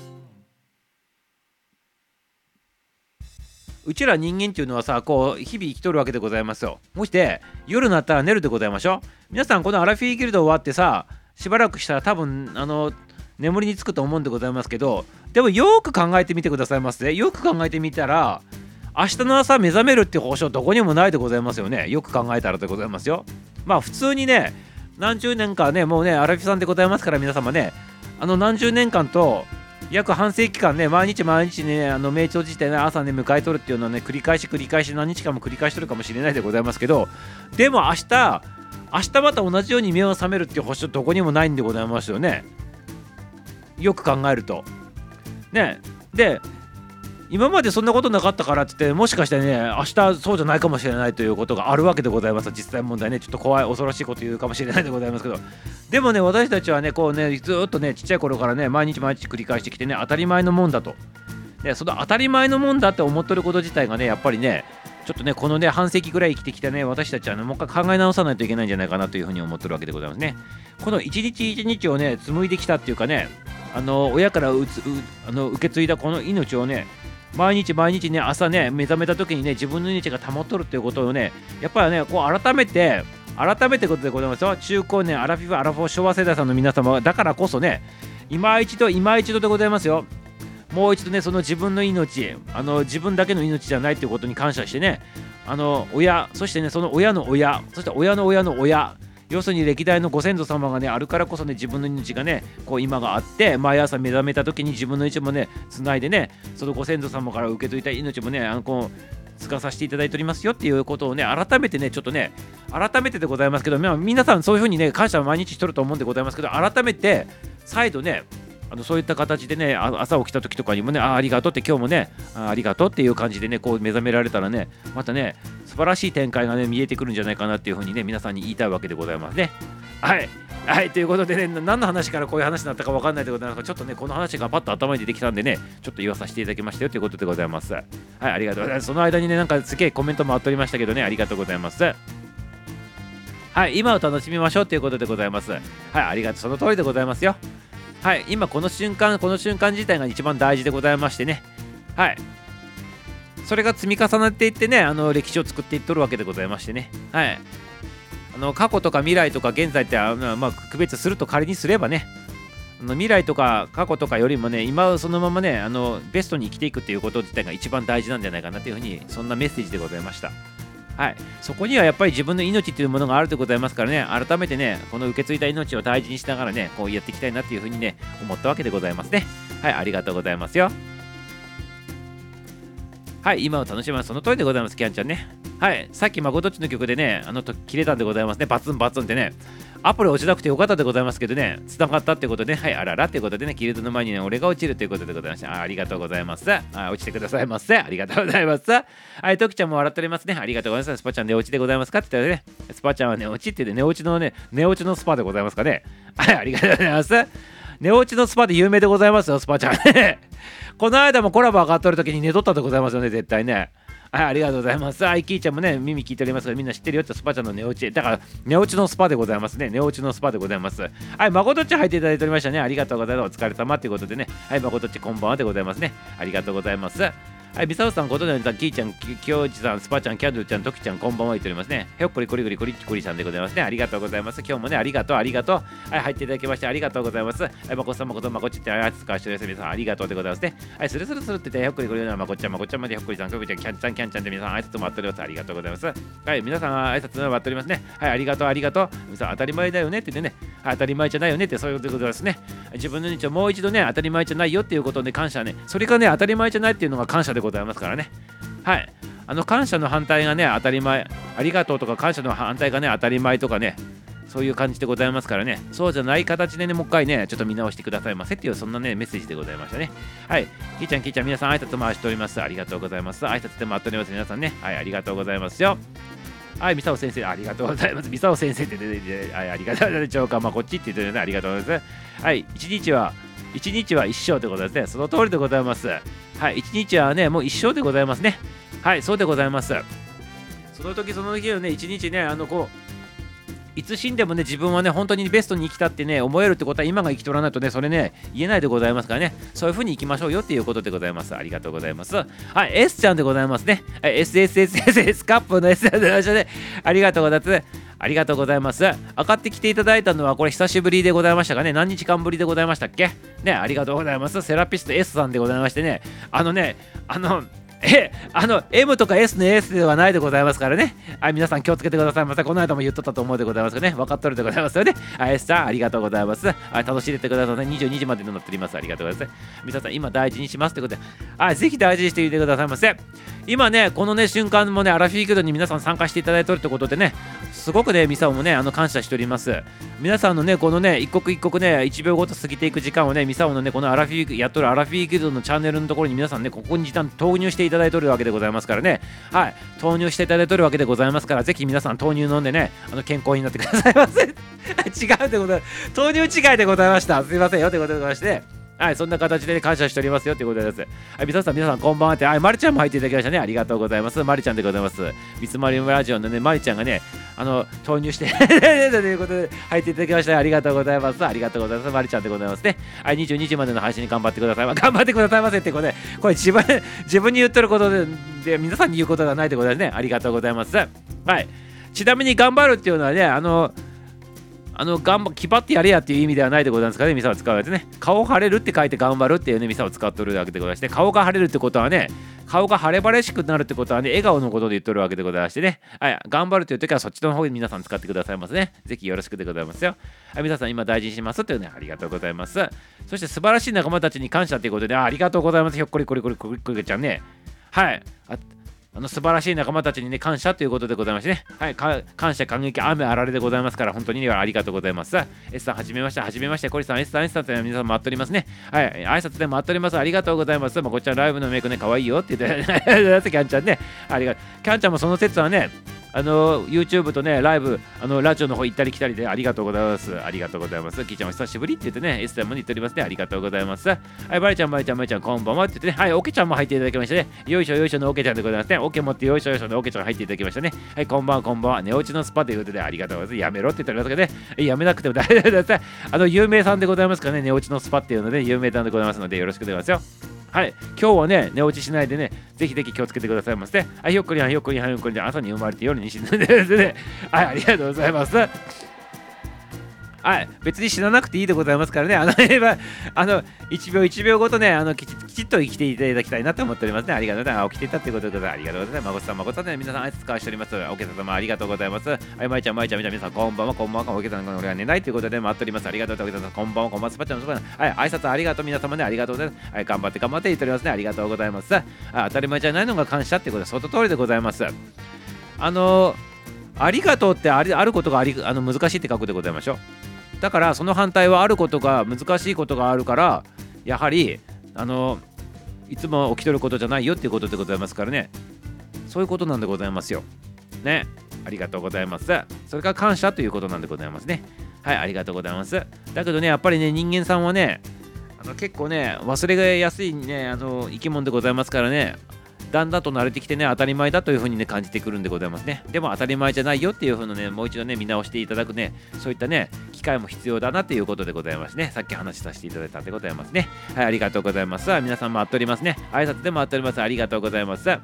うちら人間っていうのはさこう日々生きとるわけでございますよ。そして夜になったら寝るでございましょう。皆さんこのアラフィーギルド終わってさしばらくしたら多分あの眠りにつくと思うんでございますけど、でもよく考えてみてくださいませ。よく考えてみたら明日の朝目覚めるって保証どこにもないでございますよね。よく考えたらでございますよ。まあ普通にね何十年かねもうねアラフィさんでございますから、皆様ねあの何十年間と約半世紀間ね毎日毎日ねあの名調時点で朝ね迎えとるっていうのはね繰り返し繰り返し何日間も繰り返しとるかもしれないでございますけど、でも明日明日また同じように目を覚めるっていう保証どこにもないんでございますよね。よく考えるとね。で今までそんなことなかったからって言ってもしかしてね明日そうじゃないかもしれないということがあるわけでございます。実際問題ねちょっと怖い恐ろしいこと言うかもしれないでございますけど、でもね私たちはねこうねずっとねちっちゃい頃からね毎日毎日繰り返してきてね当たり前のもんだと、でその当たり前のもんだって思ってること自体がねやっぱりねちょっとねこのね半世紀ぐらい生きてきたね私たちはねもう一回考え直さないといけないんじゃないかなというふうに思ってるわけでございますね。この一日一日をね紡いできたっていうかねあの親からうつうあの受け継いだこの命をね毎日毎日ね朝ね目覚めた時にね自分の命が保っとるっていうことをねやっぱりねこう改めて改めてことでございますよ。中高年アラフィフアラフォー昭和世代さんの皆様だからこそね今一度今一度でございますよ。もう一度ねその自分の命あの自分だけの命じゃないということに感謝してねあの親そしてねその親の親そして親の親の親要するに歴代のご先祖様がねあるからこそね自分の命がねこう今があって毎朝目覚めた時に自分の命もねつないでねそのご先祖様から受け継いだ命もねあのこう使わさせていただいておりますよっていうことをね、改めてね、ちょっとね、改めてでございますけど、まあ、皆さんそういうふうにね、感謝は毎日しとると思うんでございますけど、改めて再度ね、あのそういった形でね、あ朝起きた時とかにもね、あありがとうって、今日もね、あありがとうっていう感じでね、こう目覚められたらね、またね、素晴らしい展開がね、見えてくるんじゃないかなっていうふうにね、皆さんに言いたいわけでございますね。はい。はい、ということでね、何の話からこういう話になったか分かんないでございますが、ちょっとね、この話がパッと頭に出てきたんでね、ちょっと言わさせていただきましたよということでございます。はい、ありがとうございます。その間にね、なんかすげえコメントもあっておりましたけどね、ありがとうございます。はい、今を楽しみましょうということでございます。はい、ありがとう、その通りでございますよ。はい、今この瞬間、この瞬間自体が一番大事でございましてね。はい。それが積み重なっていってね、あの歴史を作っていっとるわけでございましてね。はい。あの過去とか未来とか現在ってあの、まあ、区別すると仮にすればね、あの未来とか過去とかよりもね、今そのままね、あのベストに生きていくっていうこと自体が一番大事なんじゃないかなというふうに、そんなメッセージでございました。はい、そこにはやっぱり自分の命というものがあるでございますからね、改めてね、この受け継いだ命を大事にしながらね、こうやっていきたいなっていうふうにね、思ったわけでございますね。はい、ありがとうございますよ。はい、今を楽しみます。その通りでございます、キャンちゃんね。はい、さっきまことっちの曲でね、あのと切れたんでございますね。バツンバツンってね、アプリ落ちなくてよかったでございますけどね、繋がったってことで、ね、はい、あららってことでね、キルトの前にね、俺が落ちるということでございました。あ、ありがとうございます。あ、落ちてくださいませ。ありがとうございます。はい、トキちゃんも笑っておりますね。ありがとうございます。スパちゃん寝落ちでございますかって言ったらね、スパちゃんは寝落ちって言って、寝落ちのね、寝落ちのスパでございますかね。はい、ありがとうございます。寝落ちのスパで有名でございますよ、スパちゃんね。この間もコラボ上がっとる時に寝とったでございますよね、絶対ね。はい、ありがとうございます。アイキーちゃんもね、耳聞いておりますが、みんな知ってるよってスパちゃんの寝落ち。だから、寝落ちのスパでございますね。寝落ちのスパでございます。はい、まことっち入っていただいておりましたね。ありがとうございます。お疲れ様ということでね。はい、まことっちこんばんはでございますね。ありがとうございます。はい、ミサオさん、ことでさん、キーちゃん、きょうじさん、スパちゃん、キャンドルちゃん、トキちゃん、こんばんは言っておりますね。ひょっこりこりこりこりこりさんでございますね。ありがとうございます。今日もね、ありがとう、ありがとう。はい、入っていただきまして、ありがとうございます。はい、まこさん、まことまこっちって、あいつかしております。皆さん、ありがとうでございますね。はい、スルスルスルって言って、ひょっこりこりのまこっちゃん、まこっちゃんまで、ひょっこりさん、きょうちゃん、キャンちゃん、キャンちゃんで皆さん、挨拶もあっております。ありがとうございます。はい、皆さん、挨拶もあっておりますね。はい、ありがとう、ありがとう。皆さん、当たり前だよねって言ってね、当たり前じゃないよねって、そういうことでございますね。自分の日をもう一度ね、当たり前じゃないよっていうことで感謝ね。それがね、当たり前じゃないっていうのが感謝でございますからね。はい、あの感謝の反対がね、当たり前、ありがとうとか感謝の反対がね、当たり前とかね、そういう感じでございますからね、そうじゃない形でね、もう一回ね、ちょっと見直してくださいませっていう、そんなね、メッセージでございましたね。はい、キーちゃん、キーちゃん、皆さん、挨拶回しております。ありがとうございます。挨拶で回っております、皆さんね。はい、ありがとうございますよ。はい、ミサオ先生、ありがとうございます。ミサオ先生って出てきて、はい、ありがとうございます。ジョーカー、まあ、こっちって言ってるね、ありがとうございます。はい、一日は、一日は一生でございますね。その通りでございます。はい、一日はね、もう一生でございますね。はい、そうでございます。その時その時をね、一日ね、あのこういつ死んでもね、自分はね、本当にベストに生きたってね、思えるってことは、今が生きとらないとね、それね、言えないでございますからね、そういう風に生きましょうよっていうことでございます。ありがとうございます。はい、S ちゃんでございますね。はい、エスエスエスエスエス カップの S ちゃんでございましたね。ありがとうございます。ありがとうございます。上がってきていただいたのは、これ久しぶりでございましたかね。何日間ぶりでございましたっけね、ありがとうございます。セラピスト S さんでございましてね、あのね、あの、え、あの エム とか エス の エス ではないでございますからね。はい、皆さん気をつけてくださいませ。この間も言っとったと思うでございますけどね。分かっとるでございますよね。はい、S さん、ありがとうございます。はい、楽しんでてくださいね。にじゅうにじまでとなっております。ありがとうございます。皆さん、今大事にしますということで、はい、ぜひ大事にしていてくださいませ。今ね、このね、瞬間もね、アラフィークドに皆さん参加していただいておるということでね、すごくね、ミサオもね、あの感謝しております。皆さんのね、このね、一刻一刻ね、いちびょうごと過ぎていく時間をね、ミサオのね、このアラフィー、やっとるアラフィークドのチャンネルのところに皆さんね、ここに時間投入していただいておるわけでございますからね。はい、投入していただいておるわけでございますから、ぜひ皆さん投入飲んでね、あの健康になってくださいませ。違うでございます。投入違いでございました。すいませんよということでございまして。はい、そんな形で感謝しておりますよということです。はい、皆さん、皆さん、こんばんはって、はい、まりちゃんも入っていただきましたね。ありがとうございます。まりちゃんでございます。みつまりラジオのね、まりちゃんがね、あの、投入して、ということで、入っていただきました。ありがとうございます。ありがとうございます。まりちゃんでございますね。はい、にじゅうにじまでの配信に頑張ってください。頑張ってくださいませってことで、これ自分、自分に言ってることで、で皆さんに言うことがないでございますね。ありがとうございます。はい。ちなみに、頑張るっていうのはね、あの、あの、頑張、気張ってやれやっていう意味ではないでございますからね、ミサを使うやつね。顔晴れるって書いて頑張るっていうね、ミサを使っておるわけでございまして、顔が晴れるってことはね、顔が晴れ晴れしくなるってことはね、笑顔のことで言っておるわけでございましてね。はい、頑張るという時はそっちの方に皆さん使ってくださいますね。ぜひよろしくでございますよ。はい、皆さん今大事にしますっていうね、ありがとうございます。そして素晴らしい仲間たちに感謝ということで、あ、ありがとうございます。ひょっこりこりこりこりこりちゃんね。はい。ああの素晴らしい仲間たちにね感謝ということでございましてね、はい、か感謝感激雨あられでございますから、本当に、ね、ありがとうございます。 S さんはじめましてはじめまして、コリさん S さん S さんという皆さん待っておりますね。はい、挨拶で待っております。ありがとうございます。まあ、こっちらライブのメイクね可愛いよって言ってキャンちゃんね、ありがとう。キャンちゃんもその説はね、あの YouTube とねライブ、あのラジオの方行ったり来たりでありがとうございます。ありがとうございます。キーちゃんお久しぶりって言ってね S さんも言っておりますね。ありがとうございます。はい、バリちゃんバリちゃんバリちゃんこんばんはって言ってね、はい、オケちゃんも入っていただきましてね、よいしょよいしょのオケちゃんでございますね。オケ持ってよいしょよいしょのオケちゃん入っていただきましたね。はい、こんばんはこんばんは、寝落ちのスパということでありがとうございます。やめろって言っておりますけどね、えやめなくても大丈夫です。あの有名さんでございますからね、寝落ちのスパっていうので有名さんでございますのでよろしくお願いしますよ。はい、今日はね、寝落ちしないでね、ぜひぜひ気をつけてくださいませ。はい、ひょっこりはん、ひょっこりはん、ひょっこりはん、朝に生まれて夜に死ぬんですね。はい、ありがとうございます。はい、別に死ななくていいでございますからね、あの、あのいちびょういちびょうごとね、あのきちきちっと生きていただきたいなと思っておりますね。ありがとうございます。起きていたということで、ありがとうございます。まこさん、まこさんね、皆さん、挨拶交わしております。おけさ様、ありがとうございます。はい、まいちゃん、まいちゃん、みちゃん、皆さん、こんばんは、こんばんは、おけさん、俺は寝ないということで待っております。ありがとうございます。こんばんは、こんばんは、スパチャのスパチャ。はい、挨拶ありがとう、皆様ね、ありがとうございます。はい、頑張って頑張って言っておりますね。ありがとうございます。あ、当たり前じゃないのが感謝ってことで、その通りでございます。あのー、ありがとうってありあることがありあの難しいって書くでございましょう。だからその反対はあることが難しいことがあるから、やはりあのいつも起きとることじゃないよっていうことでございますからね、そういうことなんでございますよね。ありがとうございます。それから感謝ということなんでございますね。はい、ありがとうございます。だけどね、やっぱりね、人間さんはね、あの結構ね忘れがやすいね、あの生き物でございますからね、だんだんと慣れてきてね、当たり前だというふうにね感じてくるんでございますね。でも当たり前じゃないよっていうふうのね、もう一度ね見直していただくね、そういったね機会も必要だなということでございますね。さっき話させていただいたんでございますね。はい、ありがとうございます。皆さん待っておりますね。挨拶でも待っております。ありがとうございます。はい、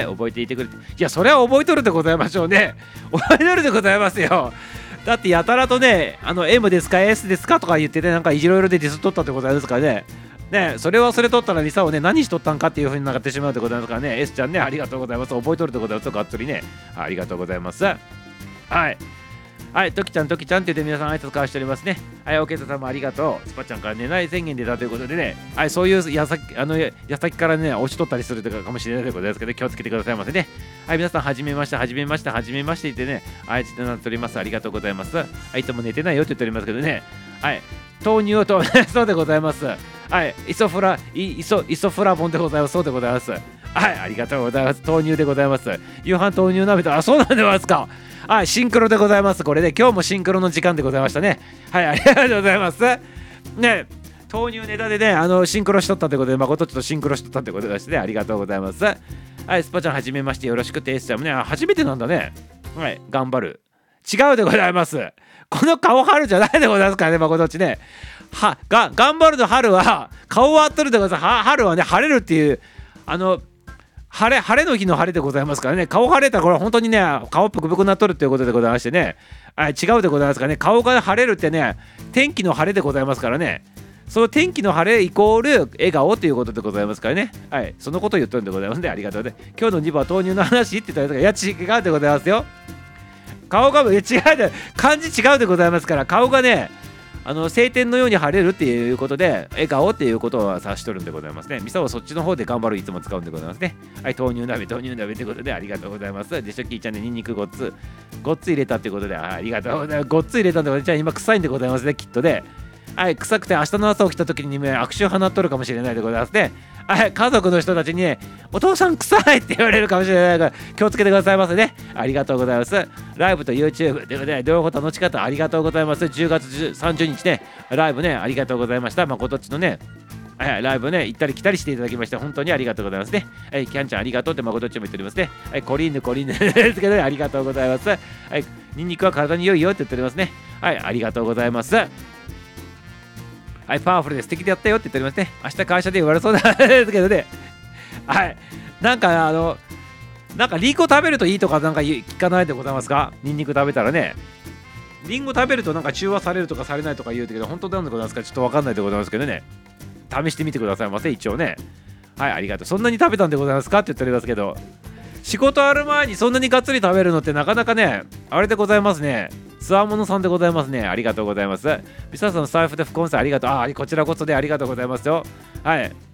覚えていてくれて、いや、それは覚えとるでございましょうね。覚えとるでございますよ。だってやたらとね、あの エム ですか エス ですかとか言ってね、なんかいろいろでディスっとったってございますからね。ね、それはそれとったらリサをね、何しとったんかっていう風になってしまうでございますからね。 S ちゃんね、ありがとうございます。覚えとるでございます。がっつりね、ありがとうございます。はいはい、トキちゃんトキちゃんって言って皆さん挨拶交わしておりますね。はい、おけささんもありがとう。スパちゃんから寝ない宣言出たということでね、はい、そういうやさあの矢先からね押しとったりするとかもしれないということですけど、気をつけてくださいませね。はい、皆さんはじめましてはじめましてはじめまして言ってね、愛知となっております。ありがとうございます。はい、いつも寝てないよって言っておりますけどね、はい、豆乳をとそうでございます。はい、イソフライイソイソフラボンでございます。そうでございます。はい、ありがとうございます。豆乳でございます。夕飯豆乳鍋と、あ、そうなんでございますか。はい、シンクロでございます。これで、ね、今日もシンクロの時間でございましたね。はい、ありがとうございます。ね、豆乳ネタでね、あのシンクロしとったということで、誠ちょっとシンクロしとったということでして、ね、ありがとうございます。はい、スパちゃんはじめましてよろしくて、S ちゃんもね、初めてなんだね。はい、頑張る。違うでございます。この顔春じゃないでございますからね、誠っちね。はが頑張るの春は顔は合っとるでございます。春はね、晴れるっていう、あの晴れ晴れの日の晴れでございますからね。顔晴れたらこれ本当にね、顔ぷくぷくなっとるっていうことでございましてね、はい、違うでございますからね。顔が晴れるってね、天気の晴れでございますからね。その天気の晴れイコール笑顔ということでございますからね。はい、そのことを言っとるんでございますので、ありがとうね。今日のにばんは豆乳の話って言ったら、いや違うでございますよ。顔が違うで、漢字違うでございますから、顔がね、あの晴天のように晴れるっていうことで、笑顔っていうことを指しとるんでございますね。ミサはそっちの方で頑張るいつも使うんでございますね。はい、豆乳鍋、豆乳鍋ということでありがとうございます。でしょ、キーちゃんでニンニクごっつ、ごっつ入れたっていうことで、ありがとうございます。ごっつ入れたんでございます。じゃあ今臭いんでございますね、きっとで。はい、臭くて明日の朝起きた時に、ね、悪臭放っとるかもしれないでございますね。はい、家族の人たちにね、お父さん臭いって言われるかもしれないから気をつけてくださいませね。ありがとうございます。ライブと YouTube ということで、両方楽しかったありがとうございます。じゅうがつさんじゅうにちね、ライブね、ありがとうございました。まあ、ことっちのね、はい、ライブね、行ったり来たりしていただきまして、本当にありがとうございますね。はい、キャンちゃんありがとうってまことっちも言っておりますね。はい、コリーヌコリーヌですけど、ね、ありがとうございます。はい、ニンニクは体に良いよって言っておりますね。はい、ありがとうございます。はい、パワフルで素敵でやったよって言っておりますね。明日会社で言われそうなんですけどね。はい、なんかあの、なんかリンゴ食べるといいとかなんか聞かないでございますか？ニンニク食べたらね。リンゴ食べるとなんか中和されるとかされないとか言うけど、本当なんでございますか？ちょっとわかんないでございますけどね。試してみてくださいませ、一応ね。はい、ありがとう。そんなに食べたんでございますかって言っておりますけど、仕事ある前にそんなにがっつり食べるのってなかなかね、あれでございますね。つわものさんでございますね。ありがとうございます。ビサさんの財布で副音声ありがとう。ああ、こちらこそでありがとうございますよ。はい。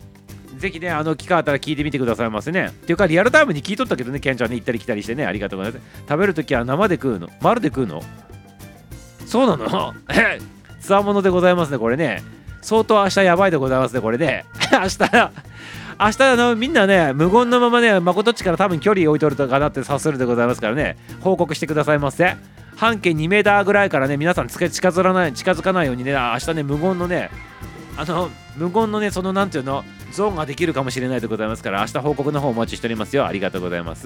ぜひね、あの機会あったら聞いてみてくださいませね。っていうかリアルタイムに聞いとったけどね、ケンちゃんね、行ったり来たりしてね、ありがとうございます。食べるときは生で食うの、丸で食うの？そうなの？つわものでございますね、これね。相当明日やばいでございますね、これね。明日、明日あのみんなね、無言のままね、誠っちから多分距離置いとるかなって察するでございますからね、報告してくださいませ。半径にメーターぐらいからね、皆さん近づかない、近づかないようにね、明日ね、無言のね、あの無言のね、そのなんていうのゾーンができるかもしれないでございますから、明日報告の方お待ちしておりますよ。ありがとうございます。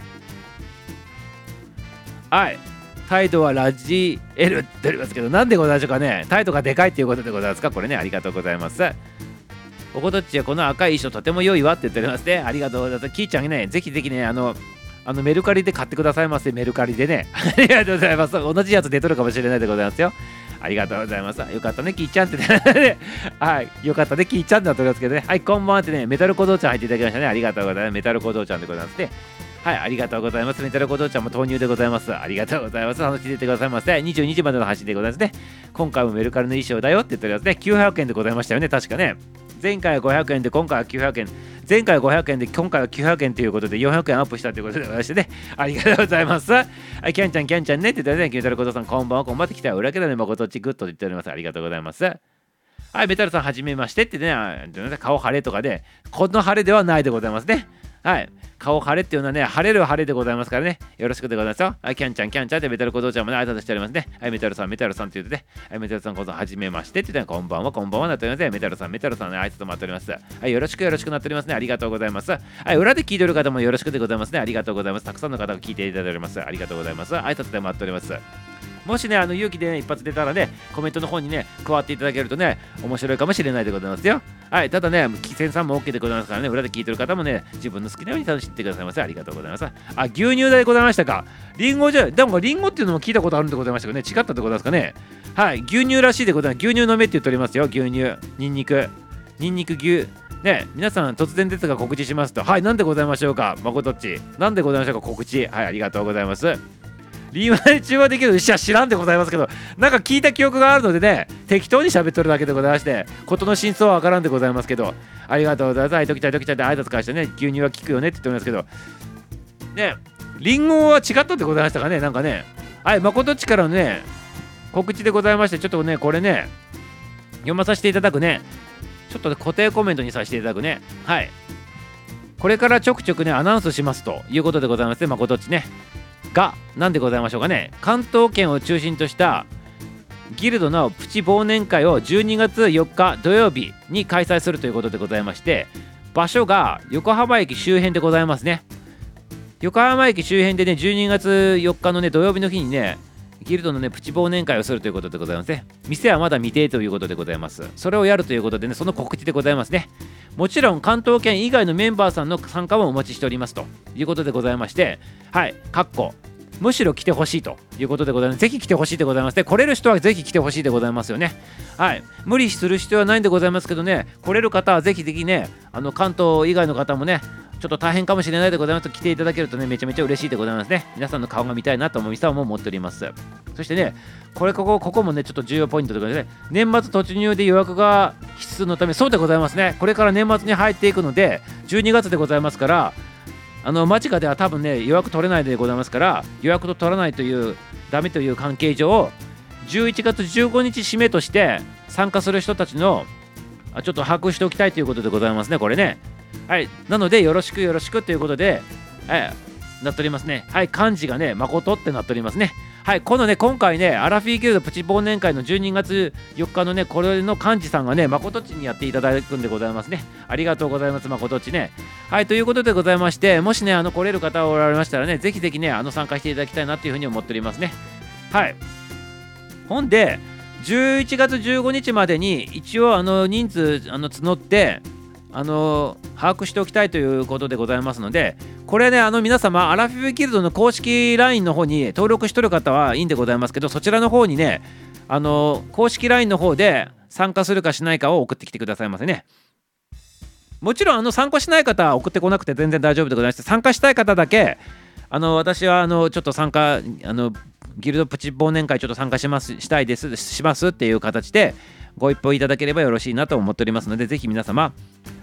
はい、態度はラジエルって言ってますけど、なんでございましょうかね。態度がでかいっていうことでございますか、これね。ありがとうございます。おことっちはこの赤い衣装とても良いわって言っておりますね。ありがとうございます。キーちゃんにね、ぜひぜひね、あのあのメルカリで買ってくださいませ。メルカリでね。ありがとうございます。同じやつ出とるかもしれないでございますよ。ありがとうございます。よかったね、キーちゃんってね。はい、よかったね、キーちゃんってなっておりますけどね。はい、こんばんはってね、メタル小僧ちゃん入っていただきましたね。ありがとうございます。メタル小僧ちゃんでございますね。はい、ありがとうございます。メタル小僧ちゃんも投入でございます。ありがとうございます。楽しんでいてくださいませ。にじゅうにじまでの配信でございますね。今回もメルカリの衣装だよって言っておりますね。きゅうひゃくえんでございましたよね、確かね。前回はごひゃくえんで今回はきゅうひゃくえん、前回はごひゃくえんで今回はきゅうひゃくえんということでよんひゃくえんアップしたということでございましてね、ありがとうございます。はい、キャンちゃんキャンちゃんねって言ってね、キュータルコトさんこんばんは、こんばんはってきたら裏切らねまことっちグッと言っております。ありがとうございます。はい、メタルさんはじめましてってね、顔晴れとかで、この晴れではないでございますね。はい、顔晴れっていうのはね、晴れる晴れでございますからね、よろしくでございますよ。はい、キャンちゃんキャンちゃんってメタル小僧ちゃんもね、挨拶しておりますね。はい、メタルさんメタルさんって言ってね、はい、メタルさんこそはじめましてって言って、こんばんはこんばんはなっておりますね。メタルさんメタルさんね、挨拶待っております。はい、よろしくよろしくなっておりますね。ありがとうございます。はい、裏で聞いておる方もよろしくでございますね。ありがとうございます。たくさんの方が聞いていただいております。ありがとうございます。挨拶で待っております。もしね、あの勇気でね、一発出たらね、コメントの方にね、加わっていただけるとね、面白いかもしれないでございますよ。はい、ただね、規制さんも OK でございますからね、裏で聞いてる方もね、自分の好きなように楽しんでくださいませ。ありがとうございます。あ、牛乳でございましたか。リンゴじゃ、でもリンゴっていうのも聞いたことあるんでございましたけどね、違ったでございますかね。はい、牛乳らしいでございます。牛乳飲めって言っておりますよ。牛乳、ニンニク、ニンニク牛。ね、皆さん突然ですが告知しますと、はい、なんでございましょうか、まことっち。なんでございましょうか、告知。はい、ありがとうございます。リーマイ中はできる、いや知らんでございますけど、なんか聞いた記憶があるのでね、適当に喋っとるだけでございまして、事の真相はわからんでございますけど、ありがとうございます。はい、ときたいときたいで挨拶返してね、牛乳は効くよねって言っておりますけど、ね、リンゴは違ったでございましたかね、なんかね。はい、誠っちからのね、告知でございまして、ちょっとね、これね、読まさせていただくね、ちょっと固定コメントにさせていただくね。はい。これからちょくちょくね、アナウンスしますということでございますね、誠っちね。が、なんでございましょうかね。関東圏を中心としたギルドのプチ忘年会をじゅうにがつよっか土曜日に開催するということでございまして、場所が横浜駅周辺でございますね。横浜駅周辺でね、じゅうにがつよっかのね、土曜日の日にね、ギルドのね、プチ忘年会をするということでございますね。店はまだ未定ということでございます。それをやるということでね、その告知でございますね。もちろん関東圏以外のメンバーさんの参加もお待ちしておりますということでございまして、はい、かっこむしろ来てほしいということでございます。ぜひ来てほしいでございます。で、来れる人はぜひ来てほしいでございますよね。はい、無理する必要はないんでございますけどね、来れる方はぜひぜひね、あの関東以外の方もね、ちょっと大変かもしれないでございますと来ていただけるとね、めちゃめちゃ嬉しいでございますね。皆さんの顔が見たいなと思うミサも持っております。そしてね、これここここもね、ちょっと重要ポイントでございますね。年末突入で予約が必須のため、そうでございますね。これから年末に入っていくので、じゅうにがつでございますから、あの間近では多分ね、予約取れないでございますから、予約と取らないというダメという関係上、じゅういちがつじゅうごにち締めとして参加する人たちのちょっと把握しておきたいということでございますね、これね。はい、なのでよろしくよろしくということで、はい、なっておりますね。はい、漢字がね、誠ってなっておりますね。はい、このね、今回ね、アラフィーギルドプチ忘年会のじゅうにがつよっかのね、これの幹事さんがね、誠っちにやっていただくんでございますね。ありがとうございます、誠っちね。はい、ということでございまして、もしね、あの来れる方がおられましたらね、ぜひぜひね、あの参加していただきたいなというふうに思っておりますね。はい。ほんで、じゅういちがつじゅうごにちまでに一応あの人数あの募って、あの把握しておきたいということでございますので、これね、あの皆様アラフィフギルドの公式 ライン の方に登録しとる方はいいんでございますけど、そちらの方にね、あの公式 ライン の方で参加するかしないかを送ってきてくださいませね。もちろんあの参加しない方は送ってこなくて全然大丈夫でございまして、参加したい方だけ、あの私はあのちょっと参加、あのギルドプチ忘年会ちょっと参加しますしたいですしますっていう形でご一報いただければよろしいなと思っておりますので、ぜひ皆様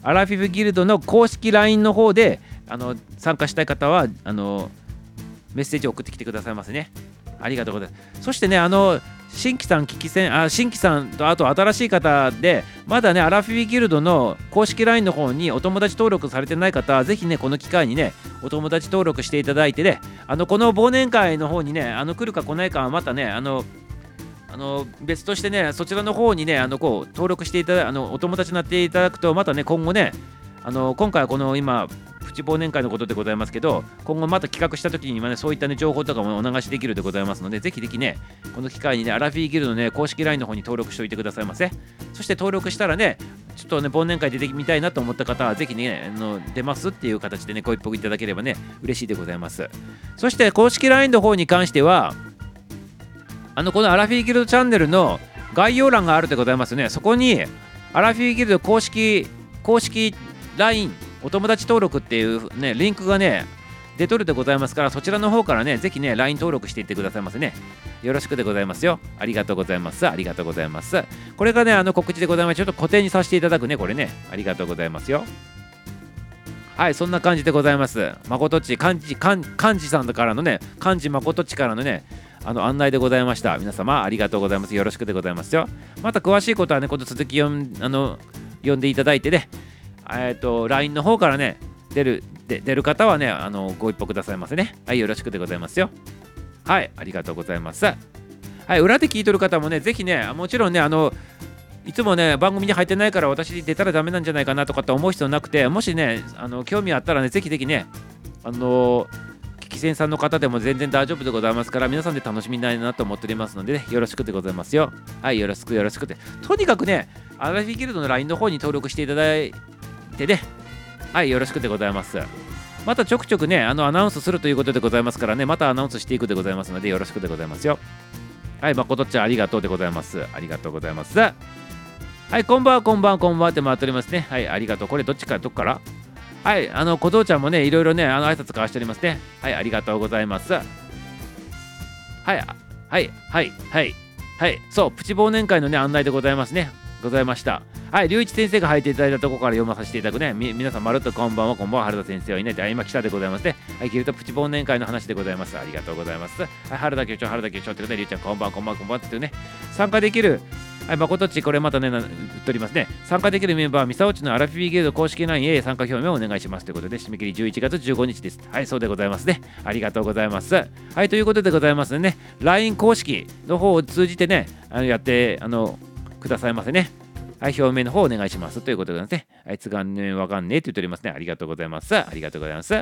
アラフィフギルドの公式 ライン の方であの参加したい方はあのメッセージを送ってきてくださいませね。ありがとうございます。そしてね、あの新規さん、聞き戦、あ、新規さんとあと新しい方で、まだね、アラフィフギルドの公式 ライン の方にお友達登録されてない方は、ぜひね、この機会にね、お友達登録していただいてね、あのこの忘年会の方にね、あの来るか来ないかはまたね、あのあの別としてね、そちらの方にね、あのこう登録していただあのお友達になっていただくと、またね、今後ね、あの今回はこの今、プチ忘年会のことでございますけど、今後また企画した時にはね、そういったね、情報とかもお流しできるでございますので、ぜひぜひね、この機会にね、アラフィーギルドのね、公式 ライン の方に登録しておいてくださいませ。そして登録したらね、ちょっとね、忘年会出てみたいなと思った方は、ぜひね、あの出ますっていう形でね、ご一報いただければね、嬉しいでございます。そして公式 ライン の方に関しては、あのこのアラフィーギルドチャンネルの概要欄があるでございますね。そこにアラフィーギルド公式公式 ライン お友達登録っていうねリンクがね出とるでございますから、そちらの方からねぜひね ライン 登録していってくださいませね。よろしくでございますよ。ありがとうございます。ありがとうございます。これがねあの告知でございます。ちょっと固定にさせていただくね、これね。ありがとうございますよ。はい、そんな感じでございます。まことっち、漢字、漢字さんからのね、漢字まことっちからのね、あの案内でございました。皆様ありがとうございます。よろしくでございますよ。また詳しいことはね、この続き読んあの読んでいただいてね、えっと、ライン の方からね、出る、で出る方はね、あのご一報くださいませね。はい、よろしくでございますよ。はい、ありがとうございます。はい、裏で聞いとる方もね、ぜひね、もちろんね、あの、いつもね、番組に入ってないから私出たらダメなんじゃないかなとかって思う必要なくて、もしね、あの興味あったらね、ぜひぜひね、あの聞き戦さんの方でも全然大丈夫でございますから、皆さんで楽しみたいなと思っておりますので、ね、よろしくでございますよ。はい、よろしくよろしくって。とにかくね、アラフィーギルドの ライン の方に登録していただいてね、はい、よろしくでございます。またちょくちょくね、あのアナウンスするということでございますからね、またアナウンスしていくでございますので、よろしくでございますよ。はい、まことっちゃんありがとうでございます。ありがとうございます。はい、こんばんは、こんばんは、こんばんはって回っておりますね。はい、ありがとう。これどっちから、どっからはい、あの、小僧ちゃんもね、いろいろね、あの、挨拶交わしておりますね。はい、ありがとうございます。はい、はい、はい、はい、はい、そう、プチ忘年会のね、案内でございますね。ございました。はい、龍一先生が入っていただいたところから読まさせていただくね。み皆さん、まるっとこんばんは、こんばんは、原田先生はいないって、あ、今来たでございますね。はい、ギルドプチ忘年会の話でございます。ありがとうございます。はい、原田局長、原田局長ってことで、龍ちゃん、こんばんは、こんばんは、こんばんはってね、参加できる、はい、まことっち、これまたね、言っておりますね。参加できるメンバーは、ミサオチのアラフィーギルド公式 ライン へ参加表明をお願いしますということで、締め切りじゅういちがつじゅうごにちです。はい、そうでございますね。ありがとうございます。はい、ということでございますね。ライン 公式の方を通じてね、あのやって、あの、くださいませね。はい、表明の方お願いしますということでございますね。あいつがね、わかんねえって言っておりますね。ありがとうございます。ありがとうございます。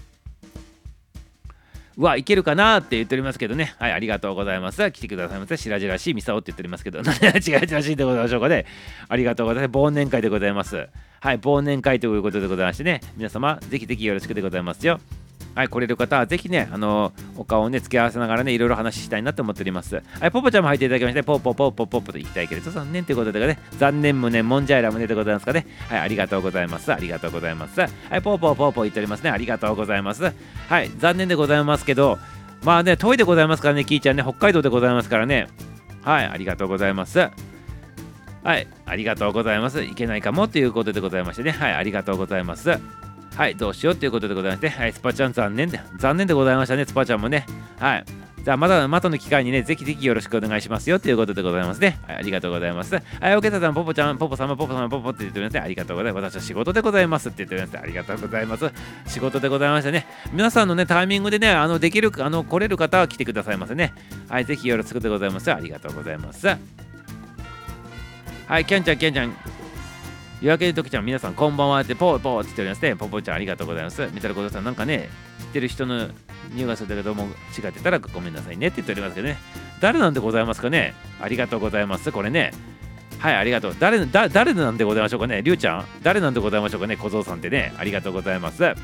うわ、いけるかなって言っておりますけどね。はい、ありがとうございます。来てくださいませ。白々しいミサオって言っておりますけど、何が違うらしいでございましょうかね。ありがとうございます。忘年会でございます。はい、忘年会ということでございましてね、皆様、ぜひぜひよろしくでございますよ。はい、来れる方はぜひね、あのー、お顔をね、付け合わせながらね、いろいろ話したいなと思っております。はい、ポポちゃんも入っていただきまして、ポーポーポーポーポーポーと言いたいけれど、残念ということでね、残念無念、もんじゃいら胸でございますかね。はい、ありがとうございます。ありがとうございます。はい、ポーポーポーポー言っておりますね。ありがとうございます。はい、残念でございますけど、まあね、遠いでございますからね、キーちゃんね、北海道でございますからね。はい、ありがとうございます。はい、ありがとうございます。いけないかもということでございましてね。はい、ありがとうございます。はい、どうしようということでございまして、はい、スパちゃん残念で、残念でございましたね、スパちゃんもね。はい。じゃあ、また、またの機会にね、ぜひぜひよろしくお願いしますよということでございますね。はい、ありがとうございます。はい、おけささん、ポポちゃん、ポポ様、ポポ様、ポポって言っておりますね。ありがとうございます。私は仕事でございますって言っております。ありがとうございます。仕事でございましたね。皆さんのね、タイミングでね、あの、できる、あの、来れる方は来てくださいませね。はい、ぜひよろしくでございます。ありがとうございます。はい、キャンちゃん、キャンちゃん。夜明けの時ちゃん、皆さんこんばんはってポーポーって言っておりますね。ポポちゃんありがとうございます。みたらことさん、なんかね、知ってる人の匂いがするんだけども、違ってたらごめんなさいねって言っておりますけどね。誰なんでございますかね。ありがとうございます。これね。はい、ありがとう。誰、だ誰なんでございましょうかね。りゅうちゃん誰なんでございましょうかね。小僧さんってね。ありがとうございます。はい、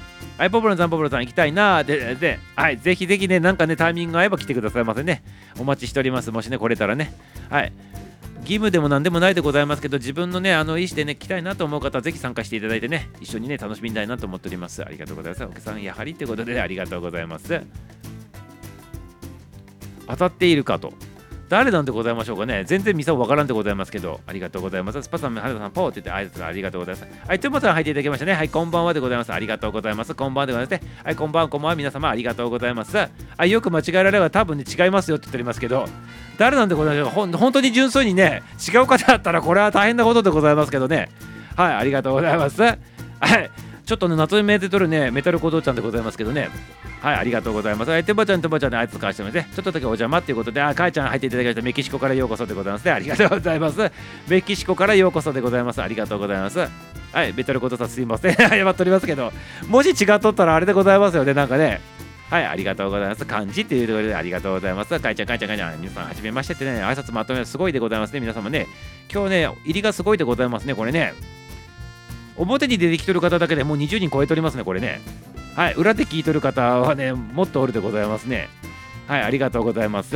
ポポロンさん、ポポロンさん行きたいなーで、で、はい、ぜひぜひね、なんかね、タイミングが合えば来てくださいませね。お待ちしております。もしね、来れたらね。はい。義務でも何でもないでございますけど、自分のね、あの意思でね、来たいなと思う方はぜひ参加していただいてね、一緒にね、楽しみたいなと思っております。ありがとうございます。お客さん、やはりということで、ありがとうございます。当たっているかと。 誰なんでございましょうかね。全然ミサオわからんでございますけど、ありがとうございます。スパさん、原田さん、ポーって言って挨拶ありがとうございます。はい、トゥモさん入っていただきましたね。はい、こんばんはでございます。ありがとうございます。こんばんはでございますね。はい、こんばんは、こんばんは、皆様ありがとうございます。はい、よく間違えられれば多分ね、違いますよって言っておりますけど、誰なんでございましょうか。ほん本当に純粋にね、違う方だったらこれは大変なことでございますけどね。はい、ありがとうございます。はい、ちょっとね、夏にメールね、メタルコドちゃんでございますけどね。はい、ありがとうございます。はい、てばちゃん、てばちゃんであいつ返してますね。ちょっとだけお邪魔っていうことで、あ、かいちゃん入っていただきました。メキシコからようこそでございますね。ありがとうございます。メキシコからようこそでございます。ありがとうございます。はい、メタルコドさんすいません。謝っておりますけど、もし違っとったらあれでございますよね、なんかね。はい、ありがとうございます。漢字っていうところでありがとうございます。かいちゃん、かいちゃん、かいちゃん、皆さん、はじめましてってね、挨拶まとめすごいでございますね。皆様ね、今日ね、入りがすごいでございますね、これね。表に出てきとる方だけでもうにじゅうにん超えておりますね、これね。はい、裏で聞いとる方はね、もっとおるでございますね。はい、ありがとうございます。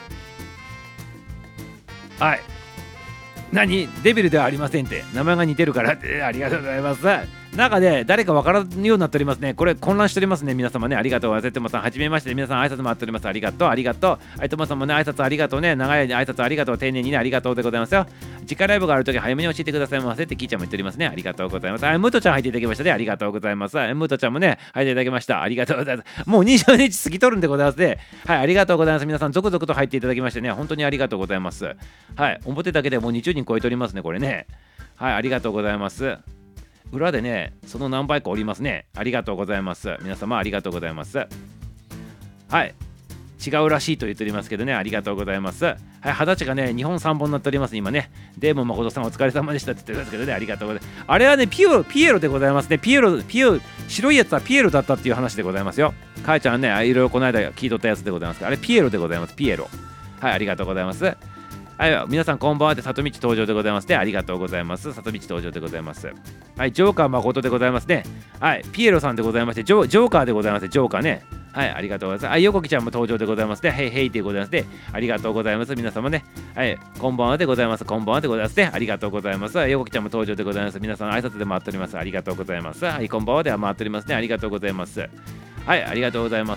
はい。何デビルではありませんって。名前が似てるからって、ありがとうございます。なんかね、誰かわからんようになっておりますね。これ混乱しておりますね。皆様ね、ありがとうございます。てもさん、はじめまして。皆さん、挨拶待っております。ありがとう、ありがとう。はい、ともさんもね、挨拶ありがとうね。長い挨拶ありがとう。丁寧にね、ありがとうでございますよ。次回ライブがあるとき、早めに教えてくださいませって、キーちゃんも言っておりますね。ありがとうございます。はい、ムートちゃん入っていただきましたね。ありがとうございます。はい、ムートちゃんもね、入っていただきました。ありがとうございます。もうにじゅうにち過ぎとるんでございますね。はい、ありがとうございます。皆さん、続々と入っていただきましてね、本当にありがとうございます。はい、表だけでもうにじゅうにん超えておりますね、これね。はい、ありがとうございます。裏でね、その何倍かおりますね。ありがとうございます。皆様ありがとうございます。はい、違うらしいと言っておりますけどね、ありがとうございます。はい、二十歳がね、にほんさんぼんになっております、今ね。デーモン誠さんお疲れ様でしたって言ってますけどね、ありがとうございます。あれはね、ピオ、ピエロでございますね。ピエロ、ピエロ、白いやつはピエロだったっていう話でございますよ。かいちゃんね、いろいろこの間聞いとったやつでございますけど、あれピエロでございます、ピエロ。はい、ありがとうございます。はい、皆さんこんばんはで、里道登場でございますね。ありがとうございます。里道登場でございます。はい、ジョーカー誠でございますね。はい、ピエロさんでございまして、ジョジョーカーでございます。ジョーカーね。はい、ありがとうございます。はい、横木ちゃんも登場でございますね。へいへいでございますね。ありがとうございます。皆様ね。はい、こんばんはでございます。こんばんはでございますね。ありがとうございます。横木ちゃんも登場でございます。皆さん挨拶で回っております。ありがとうございます。はい、こんばんはでは回っておりますね。ありがとうございます。はい、ありがとうございます。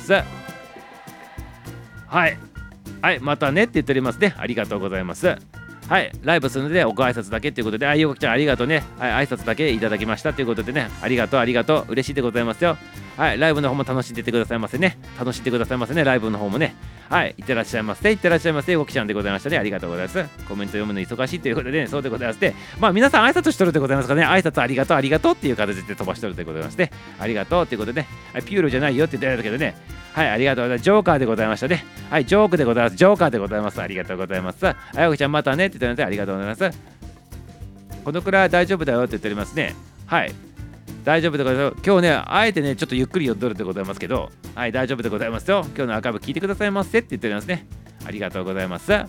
はい。はい、またねって言っておりますね。ありがとうございます。はい、ライブするのでおご挨拶だけということで、あ、よこきちゃんありがとうね。はい、挨拶だけいただきましたということでね、ありがとう、ありがとう、嬉しいでございますよ。はい、ライブの方も楽しんでってくださいませね。楽しんでくださいませね、ライブの方もね。はい、いってらっしゃいませ。いってらっしゃいませ。よこきちゃんでございましたね。ありがとうございます。コメント読むの忙しいということでね、そうでございますね。まあ皆さん挨拶しとるでございますからね、挨拶ありがとう、ありがとうっていう形で飛ばしとるでございますね。ありがとうっていうことでね、はい、ピューロじゃないよって言ってたけどね、はい、ありがとうございます。ジョーカーでございましたね。はい、ジョークでございます。ジョーカーでございます。ありがとうございます。はい、よこちゃんまたねって言ってのでありがとうございます。このくらい大丈夫だよって言っておりますね。はい。大丈夫でございます。今日ね、あえてね、ちょっとゆっくり読んどるでございますけど、はい、大丈夫でございますよ。今日のアーカイブ聞いてくださいませって言っておりますね。ありがとうございます。え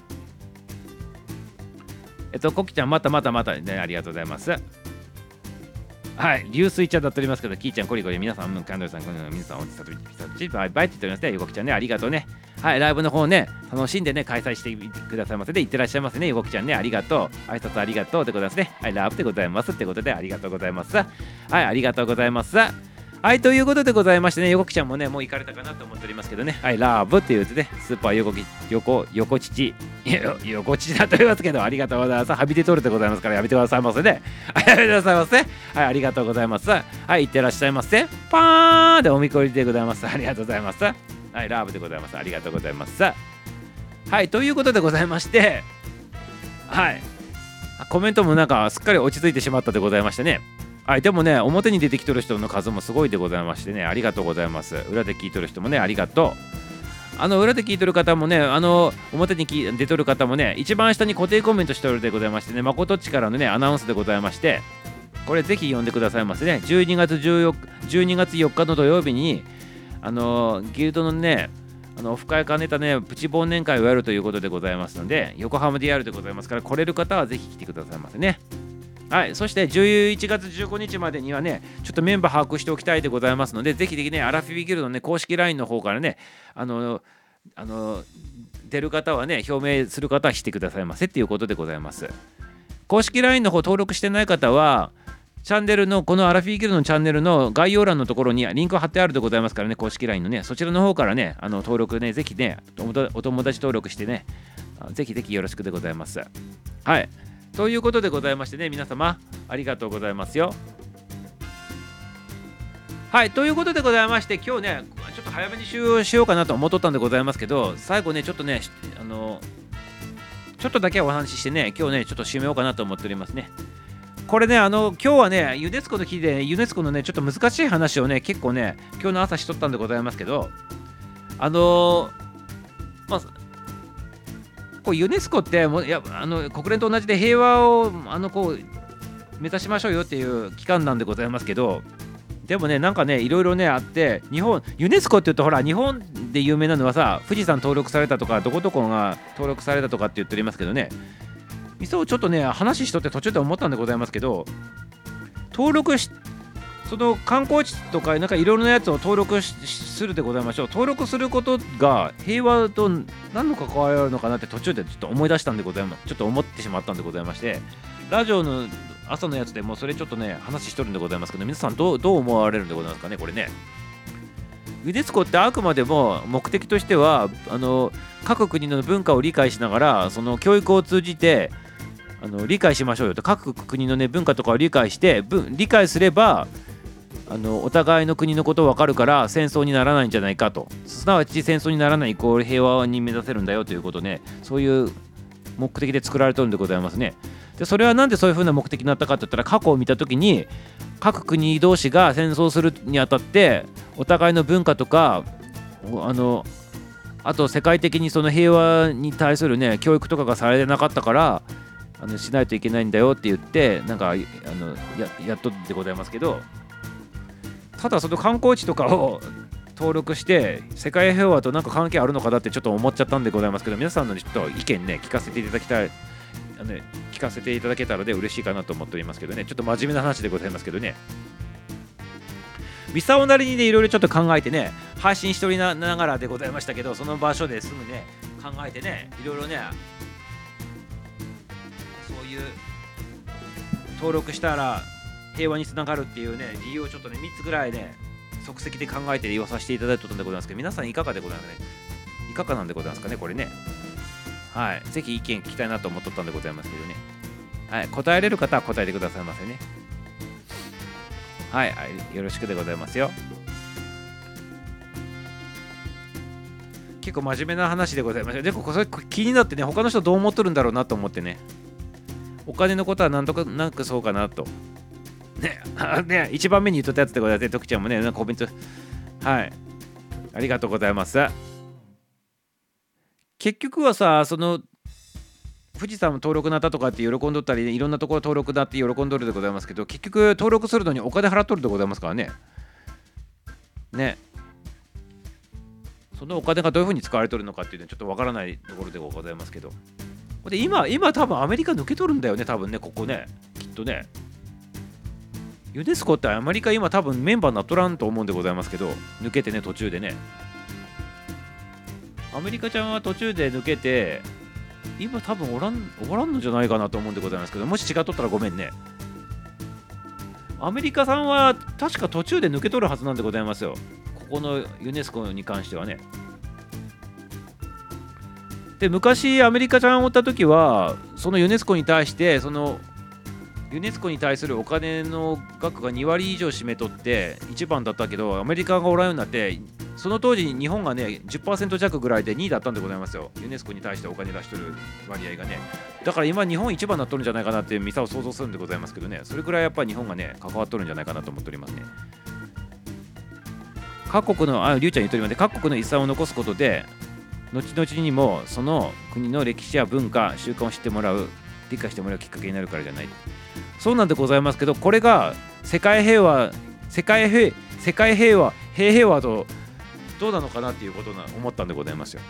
っと、コキちゃんまたまたまたね、ありがとうございます。はい、流水茶だっておりますけど、キーちゃん、コリコリ、皆さん、キャンドルさん、皆さん、おちさとみ、ピサチ、バイバイって言っておりますね。よこきちゃんね、ありがとうね。はい、ライブの方ね、楽しんでね、開催してくださいませで、いってらっしゃいませね。よこきちゃんね、ありがとう。挨拶ありがとうでございますね。はい、ラブでございますってことで、ありがとうございます。はい、ありがとうございます。はい、ということでございましてね、よこきちゃんもね、もう行かれたかなと思っておりますけどね、はい、ラブっていうやつで、スーパー横き、横、横父、横父だと言いますけど、ありがとうございます。ハビテトールでございますから、やめてくださいませね。はい、やめてくださいませ。はい、ありがとうございます。はい、いってらっしゃいませ。パーンでおみこりでございます。ありがとうございます。はい、ラブでございます。ありがとうございます。はい、ということでございまして、はい、コメントもなんかすっかり落ち着いてしまったでございましてね。はい、でもね、表に出てきとる人の数もすごいでございましてね、ありがとうございます。裏で聞いとる人もね、ありがとう。あの、裏で聞いとる方もね、あの、表に出とる方もね、一番下に固定コメントしておるでございましてね、まことっちからのね、アナウンスでございまして、これぜひ読んでくださいませね。じゅうにがつじゅうよっか、じゅうにがつよっかの土曜日に、あの、ギルドのね、あのオフ会兼ねたね、プチ忘年会をやるということでございますので、横浜でやるでございますから、来れる方はぜひ来てくださいませね。はい、そしてじゅういちがつじゅうごにちまでにはね、ちょっとメンバー把握しておきたいでございますので、ぜひぜひね、アラフィビギルドのね、公式 ライン の方からね、あの、あの、出る方はね、表明する方はしてくださいませっていうことでございます。公式 ライン の方登録してない方は、チャンネルの、このアラフィーギルドのチャンネルの概要欄のところにリンク貼ってあるでございますからね、公式 ライン のね、そちらの方からね、あの登録ね、ぜひね、お友達登録してね、 ぜひぜひよろしくでございます。はい。ということでございましてね、皆様ありがとうございますよ。はい。ということでございまして、今日ね、ちょっと早めに終了しようかなと思っとったんでございますけど、最後ね、ちょっとね、あの、ちょっとだけお話ししてね、今日ね、ちょっと締めようかなと思っておりますね。これね、あの、今日はね、ユネスコの日で、ユネスコのね、ちょっと難しい話をね、結構ね、今日の朝しとったんでございますけど、あのまあ、こうユネスコってもういやあの国連と同じで平和をあのこう目指しましょうよっていう機関なんでございますけど、でもねなんかねいろいろねあって、日本ユネスコって言うとほら日本で有名なのはさ、富士山登録されたとかどこどこが登録されたとかって言っておりますけどね、みそをちょっとね話しとって途中で思ったんでございますけど、登録しその観光地とかなんかいろいろなやつを登録しするでございましょう。登録することが平和と何の関わりがあるのかなって途中でちょっと思い出したんでございます。ちょっと思ってしまったんでございまして、ラジオの朝のやつでもうそれちょっとね話しとるんでございますけど、皆さんどうどう思われるんでございますかねこれね。ユネスコってあくまでも目的としてはあの各国の文化を理解しながらその教育を通じてあの理解しましょうよと、各国のね文化とかを理解して理解すればあのお互いの国のこと分かるから戦争にならないんじゃないかと、すなわち戦争にならないイコール平和に目指せるんだよということね、そういう目的で作られてるんでございますね。でそれはなんでそういうふうな目的になったかって言ったら、過去を見たときに各国同士が戦争するにあたってお互いの文化とかあのあと世界的にその平和に対するね教育とかがされてなかったからあのしないといけないんだよって言ってなんかあの や, やっとでございますけど、ただその観光地とかを登録して世界平和と何か関係あるのかなってちょっと思っちゃったんでございますけど、皆さんのちょっと意見ね聞かせていただきたいあの、ね、聞かせていただけたらで嬉しいかなと思っておりますけどね、ちょっと真面目な話でございますけどね、ミサオなりにねいろいろちょっと考えてね配信しておりながらでございましたけど、その場所ですぐね考えてねいろいろねそういう登録したら平和につながるっていうね理由をちょっとねみっつぐらいね即席で考えて言わさせていただいたんでございますけど、皆さんいかがでございますかね、いかがなんでございますかねこれね。はい、ぜひ意見聞きたいなと思っとったんでございますけどね、はい、答えれる方は答えてくださいませね。はい、はい、よろしくでございますよ。結構真面目な話でございますよ。でもこれ気になってね他の人どう思っとるんだろうなと思ってね、お金のことはなんとかなくそうかなとね、ね、一番目に言っとったやつでございますね。徳ちゃんもね、なんかコメント、はい、ありがとうございます。結局はさ、その、富士山も登録なったとかって喜んどったり、ね、いろんなところ登録だって喜んどるでございますけど、結局登録するのにお金払っとるでございますからね。ね。そのお金がどういうふうに使われてるのかっていうのはちょっとわからないところでございますけど。で、今、今多分アメリカ抜け取るんだよね、多分ね、ここね、きっとね。ユネスコってアメリカ今多分メンバーになっとらんと思うんでございますけど、抜けてね途中でね、アメリカちゃんは途中で抜けて今多分おらんおらんのじゃないかなと思うんでございますけど、もし違っとったらごめんね。アメリカさんは確か途中で抜け取るはずなんでございますよ、ここのユネスコに関してはね。で昔アメリカちゃんをおった時はそのユネスコに対してそのユネスコに対するお金の額がにわり以上占めとっていちばんだったけど、アメリカがおらんようになってその当時日本がね じゅっパーセント 弱ぐらいでにいだったんでございますよ、ユネスコに対してお金出しとる割合がね。だから今日本いちばんになっとるんじゃないかなってミサを想像するんでございますけどね、それくらいやっぱり日本がね関わっとるんじゃないかなと思っておりますね。各国のありゅうちゃん言っとりますね、各国の遺産を残すことで後々にもその国の歴史や文化習慣を知ってもらう、理解してもらうきっかけになるからじゃない。そうなんでございますけど、これが世界平和世界平世界平和平平和とどうなのかなっていうことな思ったんでございますよ。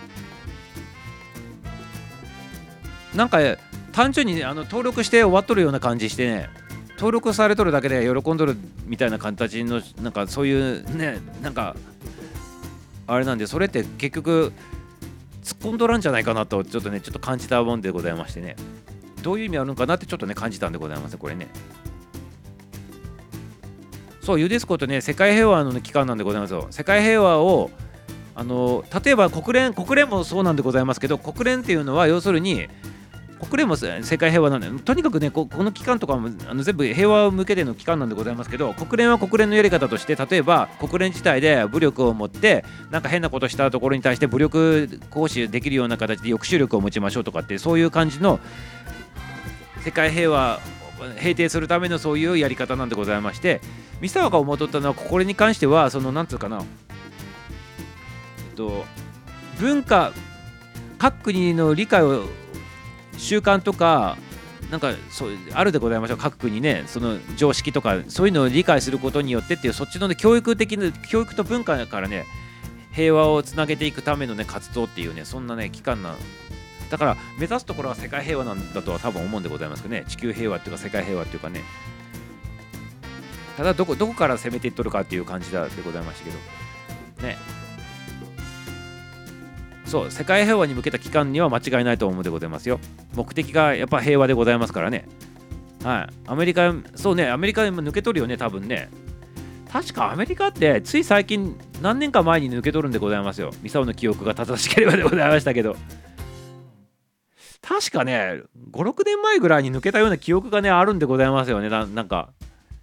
なんか単純に、ね、あの登録して終わっとるような感じしてね、登録されとるだけで喜んどるみたいな形のなんかそういうねなんかあれなんで、それって結局突っ込んどらんじゃないかなとちょっとねちょっと感じたもんでございましてね、どういう意味あるのかなってちょっとね感じたんでございますこれね。そうユネスコってね世界平和の機関なんでございますよ。世界平和をあの例えば国連国連もそうなんでございますけど、国連っていうのは要するに国連も世界平和なんで、とにかくねこ、この機関とかもあの全部平和向けての機関なんでございますけど、国連は国連のやり方として、例えば国連自体で武力を持ってなんか変なことしたところに対して武力行使できるような形で抑止力を持ちましょうとかって、そういう感じの世界平和平定するためのそういうやり方なんでございまして、三沢が思うとったのはこれに関してはそのなんつうかな、えっと文化各国の理解を習慣とかなんかそうあるでございましょう。各国ね、その常識とかそういうのを理解することによってっていう、そっちの、ね、教育的な教育と文化からね平和をつなげていくためのね活動っていうね、そんなね機関なだから目指すところは世界平和なんだとは多分思うんでございますけどね。地球平和っていうか世界平和っていうかね、ただどこどこから攻めていっとるかっていう感じだでございましたけどね。そう、世界平和に向けた機関には間違いないと思うでございますよ。目的がやっぱ平和でございますからね。はい。アメリカ、そうね、アメリカでも抜け取るよね、多分ね。確かアメリカってつい最近何年か前に抜け取るんでございますよ。ミサオの記憶が正しければでございましたけど。確かね、ご、ろくねんまえぐらいに抜けたような記憶がね、あるんでございますよね。な、なんか。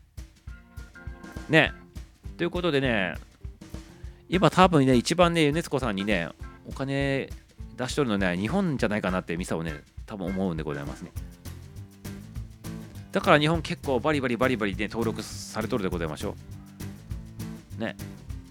ね。ということでね、今多分ね、一番ね、ユネスコさんにね、お金出しとるのね、日本じゃないかなってミサをね、多分思うんでございますね。だから日本結構バリバリバリバリね、登録されとるでございましょう。ね。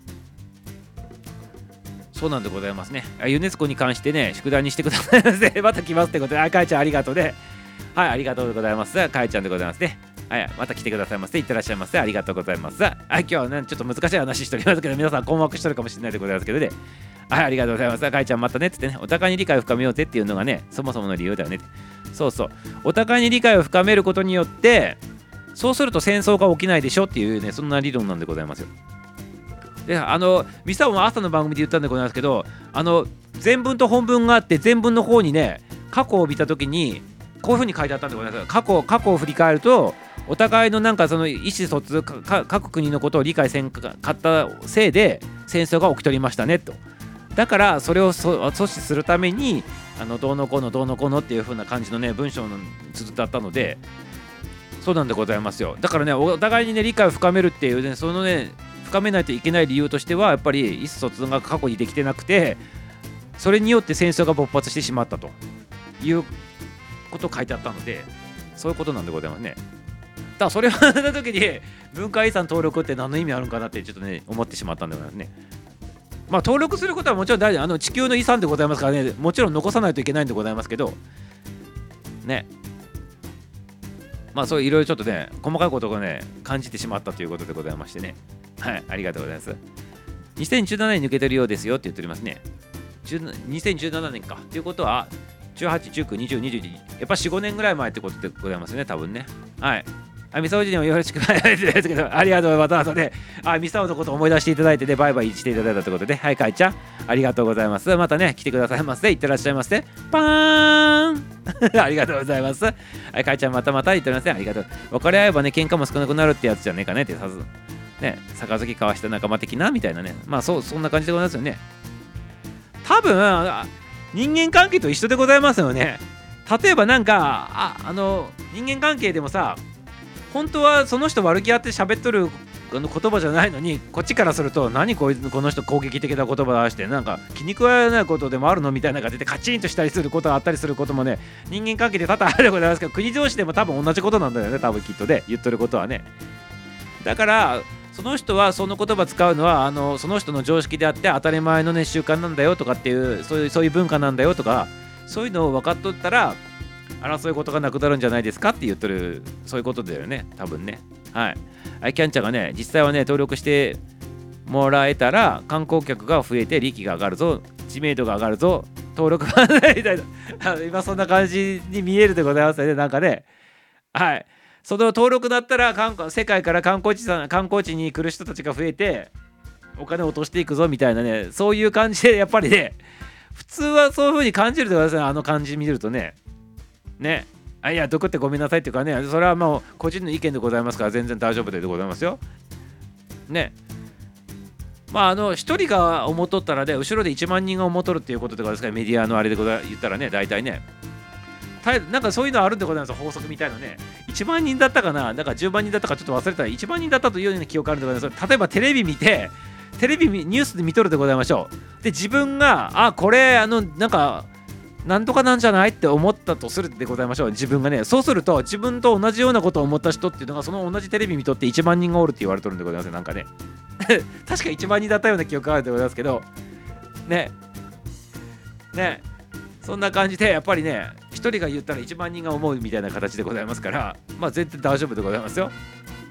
そうなんでございますね。ユネスコに関してね、宿題にしてくださいませ。また来ますってことで、あ、かえちゃんありがとうね。はい、ありがとうでございます。かえちゃんでございますね。はい、また来てくださいませ。いってらっしゃいませ。ありがとうございます。はい、今日はね、ちょっと難しい話しておりますけど、皆さん困惑してるかもしれないでございますけどね。はい、ありがとうございます。かいちゃんまたねっつってね、お互いに理解を深めようぜっていうのがね、そもそもの理由だよね。そうそう。お互いに理解を深めることによって、そうすると戦争が起きないでしょっていうね、そんな理論なんでございますよ。で、あの、ミサオも朝の番組で言ったんでございますけど、あの、前文と本文があって、前文の方にね、過去を見たときに、こういうふうに書いてあったんでございます。過去、過去を振り返ると、お互いのなんかその意思疎通、各国のことを理解せんかったせいで、戦争が起きとりましたねと。だからそれを阻止するためにあのどうのこうのどうのこうのっていう風な感じのね文章の綴ってあったので、そうなんでございますよ。だからね、お互いにね理解を深めるっていうね、そのね深めないといけない理由としてはやっぱり意思疎通が過去にできてなくて、それによって戦争が勃発してしまったということを書いてあったので、そういうことなんでございますね。だからそれを話した時に文化遺産登録って何の意味あるんかなってちょっとね思ってしまったんでございますね。まあ登録することはもちろん大事、あの地球の遺産でございますからね、もちろん残さないといけないんでございますけどね。まあそういろいろちょっとね細かいことがね感じてしまったということでございましてね。はい、ありがとうございます。にせんじゅうななねんに抜けてるようですよって言っておりますね。にせんじゅうななねんかということはじゅうはち、じゅうきゅう、にじゅう、にじゅうに、やっぱ よん、ごねんぐらい前ってことでございますね、多分ね。はい。あ、ミサオジにもよろしくお願いしますけど、ありがとうございます。で、あ、ミサオのことを思い出していただいて、で、バイバイしていただいたということで、はい、かいちゃん、ありがとうございます。またね、来てくださいませ。いってらっしゃいませ。パーンありがとうございます。はい、かいちゃん、またまた言っておりません。ありがとう。別れ合えばね、喧嘩も少なくなるってやつじゃねえかねってさず、ね、杯交わした仲間的なみたいなね。まあ、そう、そんな感じでございますよね。多分、人間関係と一緒でございますよね。例えばなんか、あ、あの、人間関係でもさ、本当はその人悪気あって喋っとるあの言葉じゃないのに、こっちからすると何こいつこの人攻撃的な言葉出してなんか気に食わないことでもあるのみたいなのが出てカチンとしたりすることがあったりすることもね、人間関係で多々あるでございますけど、国同士でも多分同じことなんだよね、多分きっとね、言っとることはね。だからその人はその言葉使うのはあのその人の常識であって当たり前のね習慣なんだよとかっていう、そういうそういう文化なんだよとか、そういうのを分かっとったら争い事がなくなるんじゃないですかって言っとる、そういうことだよね、多分ね。はい。アイキャンチャがね、実際はね、登録してもらえたら、観光客が増えて、利益が上がるぞ、知名度が上がるぞ、登録がないみたいな、今そんな感じに見えるでございますよね、なんかね。はい。その登録だったら、世界から観光地さん、観光地に来る人たちが増えて、お金を落としていくぞみたいなね、そういう感じで、やっぱりね、普通はそういう風に感じるでございますね、あの感じ見るとね。ね、あ、いや、毒ってごめんなさいっていうかね、それはもう個人の意見でございますから全然大丈夫でございますよ。ね。 まああのひとりが思っとったらね、後ろでいちまんにんが思っとるっていうことでございますから、メディアのあれでござ言ったらね、大体ね。なんかそういうのあるんでございます、法則みたいなね。いちまんにんだったかな、なんかじゅうまんにんだったかちょっと忘れたら、いちまんにんだったというような記憶あるんでございます。例えばテレビ見て、テレビニュースで見とるでございましょう。で、自分が、あ、これ、あの、なんか、なんとかなんじゃないって思ったとするでございましょう。自分がね、そうすると、自分と同じようなことを思った人っていうのが、その同じテレビ見とっていちまんにんがおるって言われとるんでございますよ、なんかね。確かいちまんにんだったような記憶あるでございますけど、ね、ね、そんな感じで、やっぱりね、ひとりが言ったらいちまんにんが思うみたいな形でございますから、まあ、全然大丈夫でございますよ。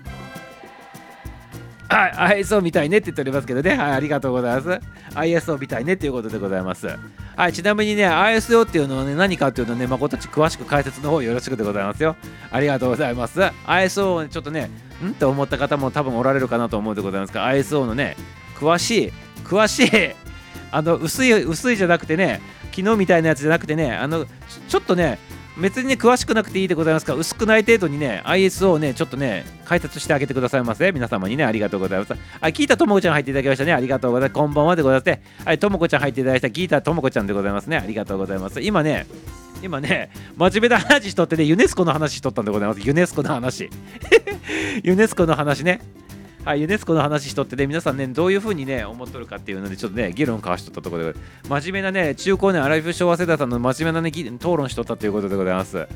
はい、アイエスオー みたいねって言っておりますけどね、はい、ありがとうございます。アイエスオー みたいねっていうことでございます。はい、ちなみにね、アイエスオー っていうのはね、何かっていうのをね、誠っち詳しく解説の方よろしくでございますよ。ありがとうございます。アイエスオー をちょっとね、んって思った方も多分おられるかなと思うでございますが、アイエスオー のね、詳しい、詳しい、あの、薄い、薄いじゃなくてね、昨日みたいなやつじゃなくてね、あの、ちょっとね、別にね、詳しくなくていいでございますから、薄くない程度にね、アイエスオー をね、ちょっとね、解説してあげてくださいませ。皆様にね、ありがとうございます。はい、聞いたともこちゃん入っていただきましたね。ありがとうございます。こんばんはでございますね。はい、ともこちゃん入っていただいた、聞いたともこちゃんでございますね。ありがとうございます。今ね、今ね、真面目な話しとってね、ユネスコの話しとったんでございます。ユネスコの話。ユネスコの話ね。はい、ユネスコの話しとってね、皆さんね、どういうふうにね、思っとるかっていうので、ちょっとね、議論交わしとったところで、真面目なね、中高年アライフ昭和世代さんの真面目なね、討論しとったということでございます。はい、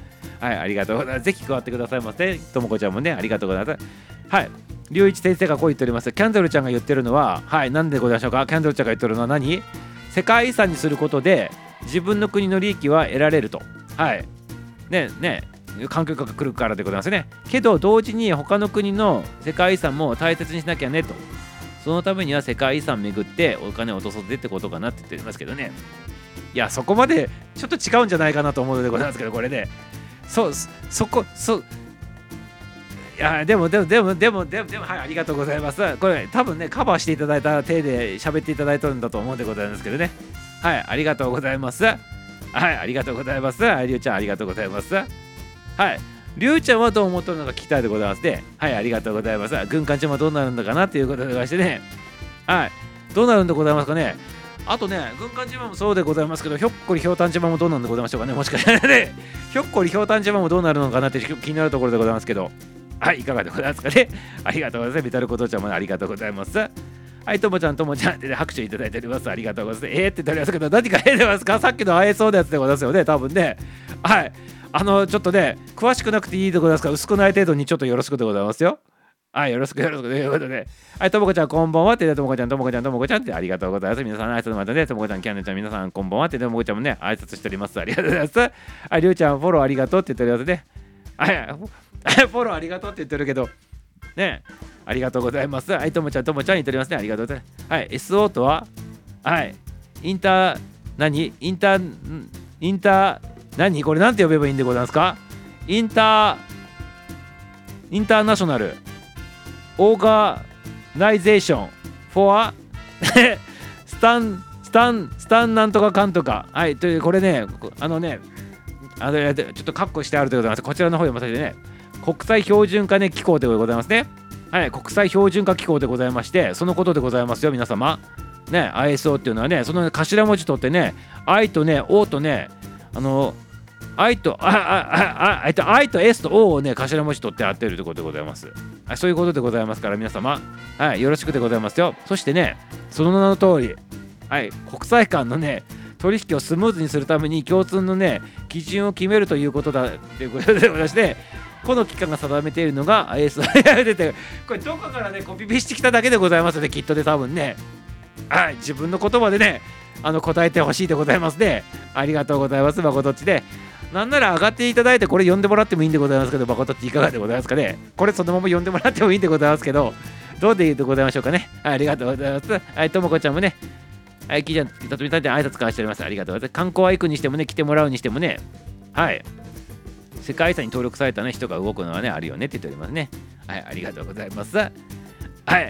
ありがとうございます。ぜひ加わってくださいませ。ともこちゃんもね、ありがとうございます。はい、龍一先生がこう言っております。キャンドルちゃんが言ってるのは、はい、なんでございましょうか。キャンドルちゃんが言ってるのは何？世界遺産にすることで、自分の国の利益は得られると。はい。ね、ね。環境が来るからでございますね。けど同時に他の国の世界遺産も大切にしなきゃねと。そのためには世界遺産巡ってお金を落とそうぜってことかなって言ってますけどね。いや、そこまでちょっと違うんじゃないかなと思うのでございますけど、これね。そ、そこ、そ、いや、でも、でも、でも、でも、でも、でも、はい、ありがとうございます。これ、多分ね、カバーしていただいた手で喋っていただいてるんだと思うんでございますけどね。はい、ありがとうございます。はい、ありがとうございます。はい、りゅうちゃん、ありがとうございます。はい。りゅうちゃんはどう思っとるのか聞きたいでございますね。はい、ありがとうございます。軍艦ちゃんはどうなるんだかなっていうことでございましてね。はい。どうなるんでございますかね。あとね、軍艦島もそうでございますけど、ひょっこりひょうたん島もどうなんでございましょうかね。もしかしたらね、ひょっこりひょうたん島もどうなるのかなって気になるところでございますけど。はい、いかがでございますかね。ありがとうございます。ビタルコトちゃんもありがとうございます。はい、ともちゃん、ともちゃんで、ね、拍手いただいております。ありがとうございます。えーって言っておりますけど、何かええでますか。さっきの会えそうなやつでございますよね、多分ね。はい。あの、ちょっとね、詳しくなくていいでございますから、薄くない程度にちょっとよろしくでございますよ。はい、よろしくよろしくということで。はい、ともこちゃん、こんばんはって、ともこちゃん、ともこちゃん、ともこちゃんってありがとうございます。皆さん、挨拶またね、ともこちゃん、キャンネちゃん、皆さん、こんばんはって、ともこちゃんもね、挨拶しております。ありがとうございます。はい、りゅうちゃん、フォローありがとうって言っておりますね。はい、フォローありがとうって言ってるけど、ね、ありがとうございます。はい、ともちゃん、ともちゃん言っておりますね。ありがとうございます。はい、エスオー とは、はい、インター、何インター、インター、何これなんて呼べばいいんでございますか。インター、インターナショナル、オーガナイゼーション、フォア、スタン、スタン、スタンなんとかかんとか。はい、という、これね、あのね、あのちょっとカッコしてあるでございます。こちらの方読ませてね、国際標準化ね機構でございますね。はい、国際標準化機構でございまして、そのことでございますよ、皆様。ね、アイエスオー っていうのはね、その頭文字取ってね、I とね、O とね、あの、I と、あ、あ、あ、あ、I と S と O をね、頭文字取って合ってるということでございます。はい、そういうことでございますから、皆様、はい、よろしくでございますよ。そしてね、その名の通り、はい、国際間のね、取引をスムーズにするために共通のね、基準を決めるということだということでございまして、この機関が定めているのが アイエスオー 出て、これどこからね、コピペしてきただけでございますね、きっとで多分ね。はい、自分の言葉でね、あの答えてほしいでございますね。ありがとうございます、まことっちで。なんなら上がっていただいて、これ読んでもらってもいいんでございますけど、まことっちいかがでございますかね。これそのまま読んでもらってもいいんでございますけど、どうでいいでございましょうかね。はい、ありがとうございます。はい、ともこちゃんもね、はい、きーちゃん、たとみたんで挨拶交わしております。ありがとうございます。観光は行くにしてもね、来てもらうにしてもね、はい、世界遺産に登録された、ね、人が動くのはね、あるよねって言っておりますね。はい、ありがとうございます。はい、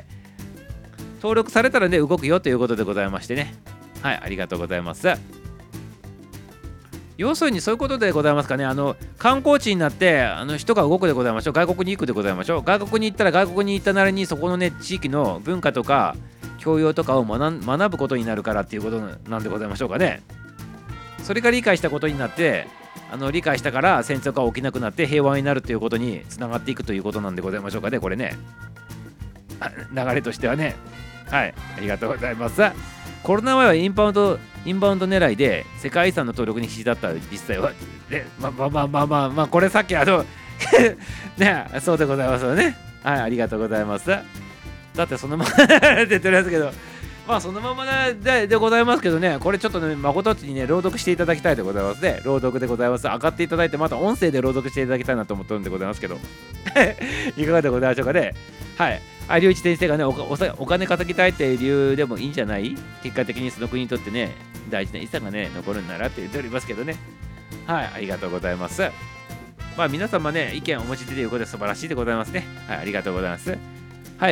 登録されたらね、動くよということでございましてね。はい、ありがとうございます。要するにそういうことでございますかね。あの観光地になってあの人が動くでございましょう。外国に行くでございましょう。外国に行ったら外国に行ったなりにそこのね地域の文化とか教養とかを学ん学ぶことになるからっていうことなんでございましょうかね。それが理解したことになってあの理解したから戦争が起きなくなって平和になるということにつながっていくということなんでございましょうかね。これね流れとしてはね。はい、ありがとうございます。コロナ前はインバウンドインバウンド狙いで世界遺産の登録に必死だった実際はでまあまあまあまあまあまあこれさっきあのねそうでございますよね。はい、ありがとうございます。だってそのままって言ってるやつけどまあそのままででございますけどね、これちょっとね誠っちにね朗読していただきたいでございますね。朗読でございます。上がっていただいてまた音声で朗読していただきたいなと思ってるんでございますけどいかがでございましょうかね。はい、有吉先生がね お, お, お金稼ぎたいっていう理由でもいいんじゃない、結果的にその国にとってね大事な遺産がね残るんならって言っておりますけどね。はい、ありがとうございます。まあ皆様ね意見をお持ちでということで素晴らしいでございますね。はい、ありがとうございます。はい、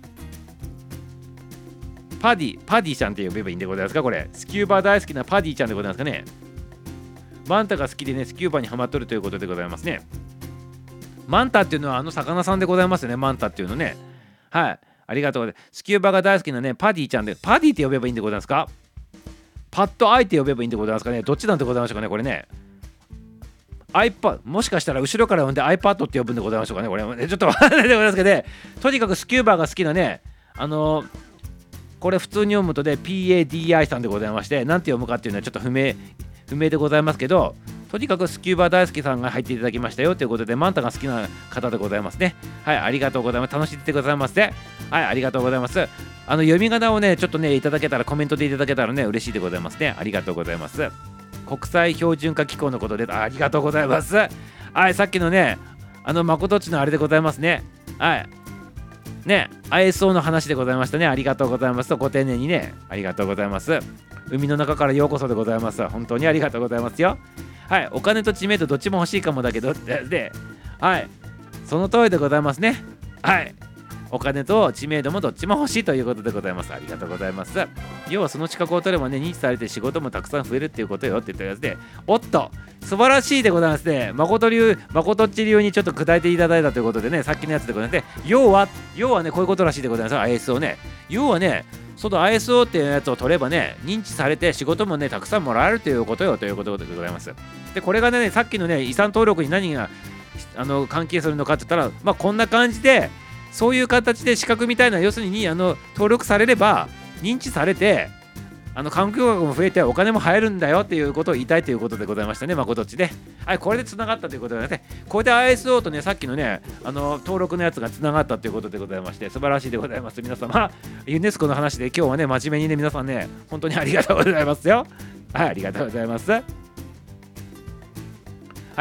パディパディちゃんって呼べばいいんでございますか。これスキューバ大好きなパディちゃんでございますかね。マンタが好きでねスキューバにハマっとるということでございますね。マンタっていうのはあの魚さんでございますね。マンタっていうのね。はい、ありがとうございます。スキューバが大好きなねパディちゃんで、パディって呼べばいいんでございますか。パッドアイって呼べばいいんでございますかね。どっちなんでございましょうかね。これね iPad もしかしたら後ろから呼んで iPad って呼ぶんでございましょうかね。これちょっとわかんないでございますけどね。とにかくスキューバが好きなねあのー、これ普通に読むとで ピーエーディーアイ さんでございまして、なんて読むかっていうのはちょっと不明不明でございますけど、とにかくスキューバ大好きさんが入っていただきましたよということで、マンタが好きな方でございますね。はい、ありがとうございます。楽しんでてくださいませ。はい、ありがとうございます。あの読み仮名をねちょっとねいただけたら、コメントでいただけたらね嬉しいでございますね。ありがとうございます。国際標準化機構のことで あ, ありがとうございます。はい、さっきのねあの誠っちのあれでございますね。はいね、アイエスオー の話でございましたね。ありがとうございます。ご丁寧にね、ありがとうございます。海の中からようこそでございます。本当にありがとうございますよ。はい、お金と知名度どっちも欲しいかもだけど、で、ではい、その通りでございますね。はい、お金と知名度もどっちも欲しいということでございます。ありがとうございます。要はその資格を取ればね、認知されて仕事もたくさん増えるっていうことよって言ったやつで、おっと、素晴らしいでございますね。誠流、誠っち流にちょっと砕いていただいたということでね、さっきのやつでございまして、要は、要はね、こういうことらしいでございます。アイエスオー ね。要はね、その アイエスオー っていうやつを取ればね、認知されて仕事もね、たくさんもらえるということよということでございます。で、これがね、さっきのね、遺産登録に何があの関係するのかって言ったら、まあ、こんな感じで、そういう形で資格みたいな、要するにあの登録されれば、認知されて、あの環境学も増えてお金も入るんだよっていうことを言いたいということでございましたね、まことっちで。はい、これでつながったということでね、これで アイエスオー とね、さっきのね、あの登録のやつがつながったということでございまして、素晴らしいでございます。皆様、ユネスコの話で今日はね、真面目にね、皆さんね、本当にありがとうございますよ。はい、ありがとうございます。はい、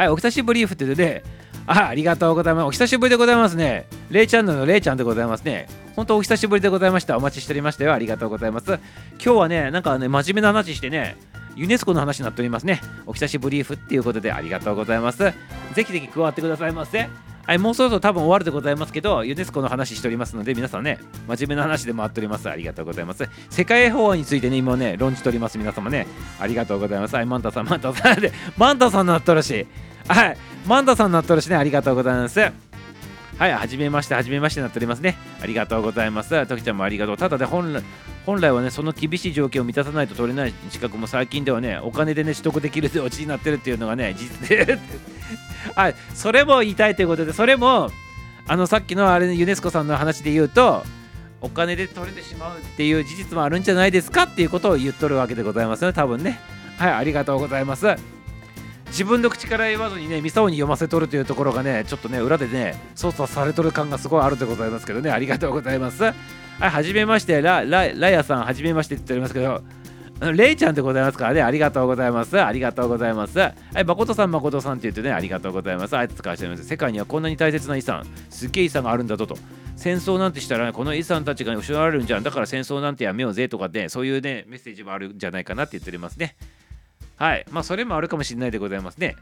お久しぶりふってでね、あ、ありがとうございます。お久しぶりでございますね。レイチャンネルのレイちゃんでございますね。本当お久しぶりでございました。お待ちしておりましたよ。ありがとうございます。今日はね、なんかね、真面目な話してね、ユネスコの話になっておりますね。お久しぶりふっていうことでありがとうございます。ぜひぜひ加わってくださいませ。はい、もうそろそろ多分終わるでございますけど、ユネスコの話しておりますので、皆さんね、真面目な話で回っております。ありがとうございます。世界法案についてね、今ね、論じております。皆様ね、ありがとうございます。はい、マンタさん、マンタさんで、マンタさんになったらしい。はい、マンタさんになったらしいね。ありがとうございます。はい、はじめまして、はじめましてになっておりますね。ありがとうございます。トキちゃんもありがとう。ただで、本来、本来はね、その厳しい条件を満たさないと取れない資格も最近ではね、お金でね、取得できるオチになってるっていうのがね、実ではい、それも言いたいということで、それも、あの、さっきのあれ、ユネスコさんの話で言うと、お金で取れてしまうっていう事実もあるんじゃないですかっていうことを言っとるわけでございますね、多分ね。はい、ありがとうございます。自分の口から言わずにね、ミサオに読ませとるというところがね、ちょっとね、裏でね、操作されとる感がすごいあるでございますけどね、ありがとうございます。はい、はじめまして、ラララヤさん、はじめましてって言っておりますけど、レイちゃんでございますからね、ありがとうございます。ありがとうございます。はい、誠さん、誠さんって言ってね、ありがとうございます。あいつ使わせております。世界にはこんなに大切な遺産、すっげえ遺産があるんだぞと。戦争なんてしたら、ね、この遺産たちが失われるんじゃん。だから戦争なんてやめようぜとかね、そういうね、メッセージもあるんじゃないかなって言っておりますね。はい、まあ、それもあるかもしれないでございますね。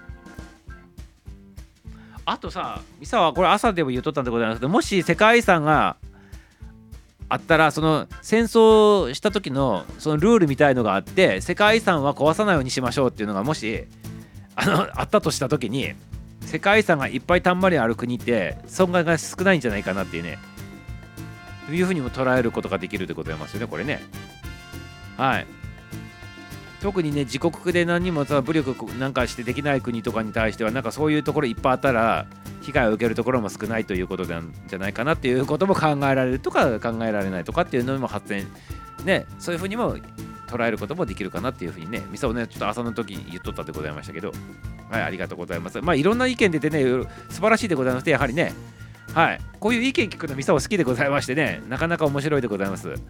あとさ、ミサはこれ朝でも言っとったんでございますけど、もし世界遺産があったら、その戦争した時のそのルールみたいのがあって、世界遺産は壊さないようにしましょうっていうのがもし あのあったとした時に、世界遺産がいっぱいたんまりある国って損害が少ないんじゃないかなっていうね、 というふうにも捉えることができるでございますよね、これね。はい。特にね、自国で何にもさ武力なんかしてできない国とかに対しては、なんかそういうところいっぱいあったら、被害を受けるところも少ないということなんじゃないかなっていうことも考えられるとか、考えられないとかっていうのも発展、ね、そういうふうにも捉えることもできるかなっていうふうにね、ミサをね、ちょっと朝の時に言っとったでございましたけど、はい、ありがとうございます。まあ、いろんな意見出てね、素晴らしいでございまして、やはりね、はい、こういう意見聞くのミサを好きでございましてね、なかなか面白いでございます。はい、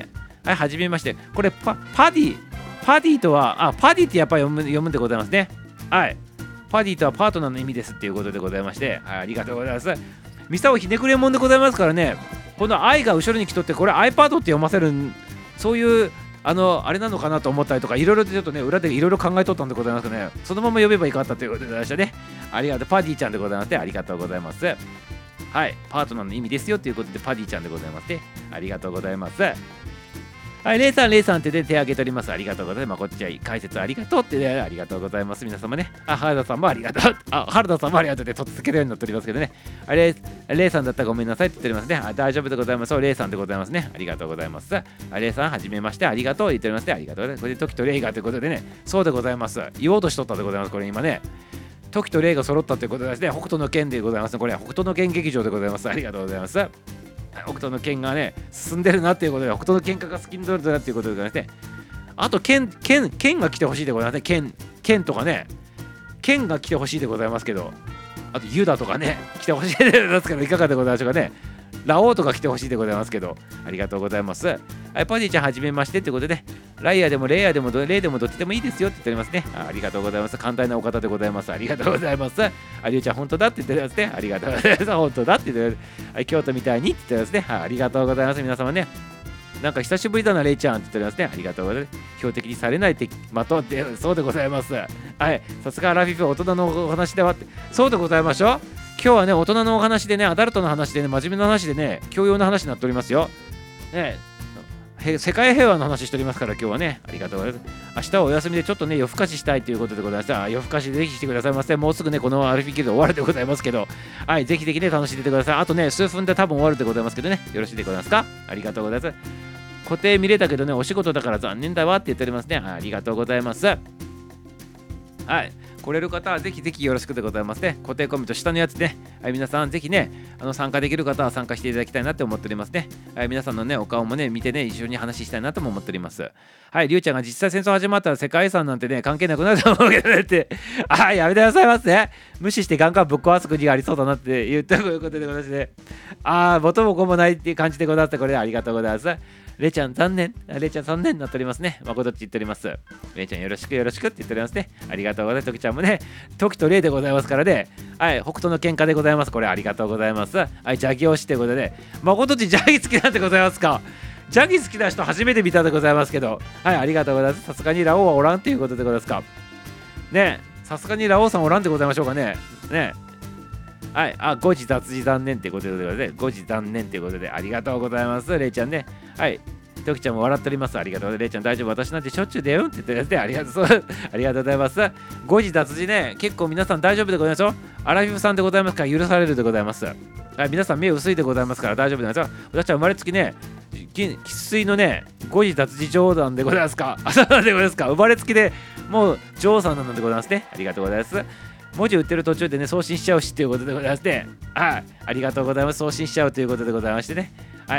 はい、はじめまして。これパ、パディ、パディとは、あ、パディってやっぱり読む読むんでございますね。はい。パディとはパートナーの意味ですっていうことでございまして、はい、ありがとうございます。ミサオひねくれもんでございますからね、この愛が後ろに来とって、これ iPad って読ませる、そういう、あの、あれなのかなと思ったりとか、いろいろちょっとね、裏でいろいろ考えとったんでございますけどね、そのまま呼べばいいかったということでございましたね。ありがとう。パディちゃんでございまして、ありがとうございます。はい。パートナーの意味ですよということで、パディちゃんでございまして、ありがとうございます。はい、レイさん、レイさんってで手挙げております。ありがとうございます。まあ、こっちは解説ありがとうってね、ありがとうございます。皆様ね。あ、原田さんもありがとう。あ、原田さんもありがとうで、とっつけるようになっておりますけどね。あれ、レイさんだったらごめんなさいって言っておりますね。あ、大丈夫でございます。そう、レイさんでございますね。ありがとうございます。あ、レイさん、はじめまして、ありがとう言っておりますね。ありがとうございます。これで、時とレイがということでね、そうでございます。言おうとしとったでございます。これ今ね。時とレイが揃ったということですね。北斗の拳でございますね。これ、北斗の拳劇場でございます。ありがとうございます。北斗の剣がね、進んでるなっていうことで、北斗の喧嘩が好きになるなっていうことでございまして、あと、剣、剣、剣が来てほしいでございますね。剣、剣とかね、剣が来てほしいでございますけど、あと、ユダとかね、来てほしいでございますけど、いかがでございましょうかね。ラオウとか来てほしいでございますけど、ありがとうございます。はい、パディちゃん、はじめましてということで、ライアーでもレイヤーでもレイでもどっちでもいいですよって言っておりますね。あ、ありがとうございます。簡単なお方でございます。ありがとうございます。あ、りゅうちゃん、本当だって言っておりますね。ありがとうございます。本当だって言っております。はい、京都みたいにって言っておりますね。はい、ありがとうございます。皆様ね。なんか久しぶりだな、レイちゃんって言っておりますね。ありがとうございます。標的にされないってまとって、そうでございます。はい、さすがラフィフ、大人のお話ではって、そうでございましょう。今日はね、大人のお話でね、アダルトの話でね、真面目な話でね、教養の話になっておりますよ。ね、世界平和の話しておりますから、今日はね、ありがとうございます。明日はお休みでちょっとね、夜更かししたいということでございます。夜更かしぜひしてくださいませ。もうすぐね、このアルフィーキルド終わるでございますけど、はい、ぜひぜひね、楽しんでてください。あとね、数分で多分終わるでございますけどね、よろしいでございますか。ありがとうございます。固定見れたけどね、お仕事だから残念だわって言っておりますね。ありがとうございます。はい。来れる方はぜひぜひよろしくでございますね。固定コメント下のやつね。はい、皆さんぜひね、あの参加できる方は参加していただきたいなって思っておりますね。はい、皆さんのね、お顔もね、見てね、一緒に話したいなとも思っております。はい、りゅうちゃんが実際戦争始まったら世界遺産なんてね、関係なくなると思うけどねって。あ、やめてくださいませ。無視してガンガンぶっ壊す国がありそうだなって言ったということでございまして、あー、元も子もないっていう感じでございます。これでありがとうございます。レイちゃん残念。レイちゃん残念になっておりますね。まことっち言っております。レイちゃんよろしくよろしくって言っておりますね。ありがとうございます。トキちゃんもね、トキとレイでございますからね。はい、北斗の喧嘩でございます。これありがとうございます。はい、ジャギ推しということで、まことっちジャギ好きなんでございますか。ジャギ好きな人初めて見たでございますけど、はい、ありがとうございます。さすがにラオウはおらんということでございますか。ね、さすがにラオウさんおらんでございましょうかね。ね。はい、あ、誤字脱字残念ということでございますね。誤字残念ということでありがとうございます。レイちゃんね。はい。トキちゃんも笑っております。ありがとうございます。レイちゃん大丈夫。私なんてしょっちゅうだよって言ってるやつでありがとう。ありがとうございます。誤字脱字ね、結構皆さん大丈夫でございますよ。アラフィフさんでございますから許されるでございます。はい、皆さん目薄いでございますから大丈夫でございますよ。私は生まれつきね、生粋のね、誤字脱字冗談でございますか。あ、そうでございますか。生まれつきでもう女王さんなのでございますね。ありがとうございます。文字打ってる途中でね、送信しちゃうしということでございまして、はい、ありがとうございます。送信しちゃうということでございましてね。はい。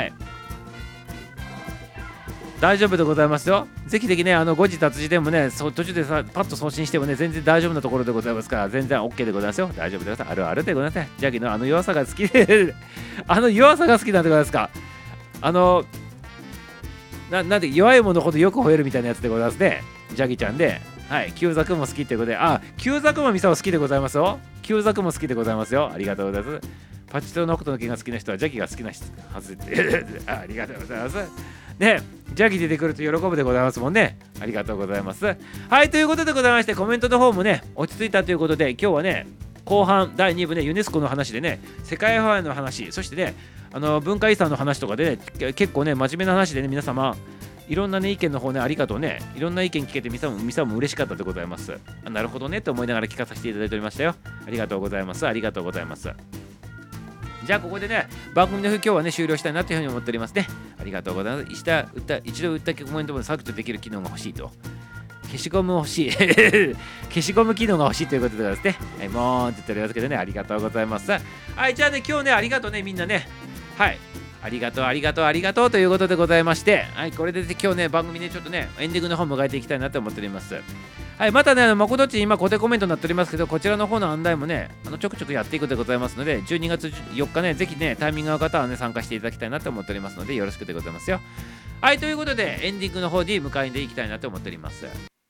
大丈夫でございますよ。ぜひぜひね、あの誤字脱字でもね、途中でさパッと送信してもね、全然大丈夫なところでございますから、全然 OK でございますよ。大丈夫でございます。あるあるでございますね。ジャギのあの弱さが好きで、あの弱さが好きなんでございますか。あの、ななんで弱いものほどよく吠えるみたいなやつでございますね。ジャギちゃんで、はい、旧作も好きってことで、あ、旧作もミサオ好きでございますよ。旧作も好きでございますよ。ありがとうございます。パチトの北斗の拳が好きな人はジャギが好きな人はずでありがとうございます。ね、ジャギ出てくると喜ぶでございますもんね。ありがとうございます。はい、ということでございまして、コメントの方もね、落ち着いたということで、今日はね、後半だいに部ね、ユネスコの話でね、世界平和の話、そしてね、あの文化遺産の話とかで、ね、結構ね、真面目な話でね、皆様、いろんなね、意見の方ね、ありがとうね。いろんな意見聞けて、ミサも、ミサも嬉しかったでございます。あ、なるほどね、と思いながら聞かさせていただいておりましたよ。ありがとうございます。ありがとうございます。 じゃあここでね番組の今日はね終了したいなというふうに思っておりますね。ありがとうございます。した歌一度打ったコメントも削除できる機能が欲しいと。消しゴム欲しい消しゴム機能が欲しいということでですね、はい、もーんって言っておりますけどね、ありがとうございます。はい、じゃあね今日ねありがとうねみんなね、はいありがとうありがとうありがとうということでございまして、はいこれで今日ね番組ねちょっとねエンディングの方迎えていきたいなと思っております。はい、またね、あのまことっち今固定コメントになっておりますけど、こちらの方の案内もね、あのちょくちょくやっていくでございますので、じゅうにがつよっかね、ぜひね、タイミングの方はね、参加していただきたいなと思っておりますので、よろしくでございますよ。はい、ということで、エンディングの方に迎えていきたいなと思っております。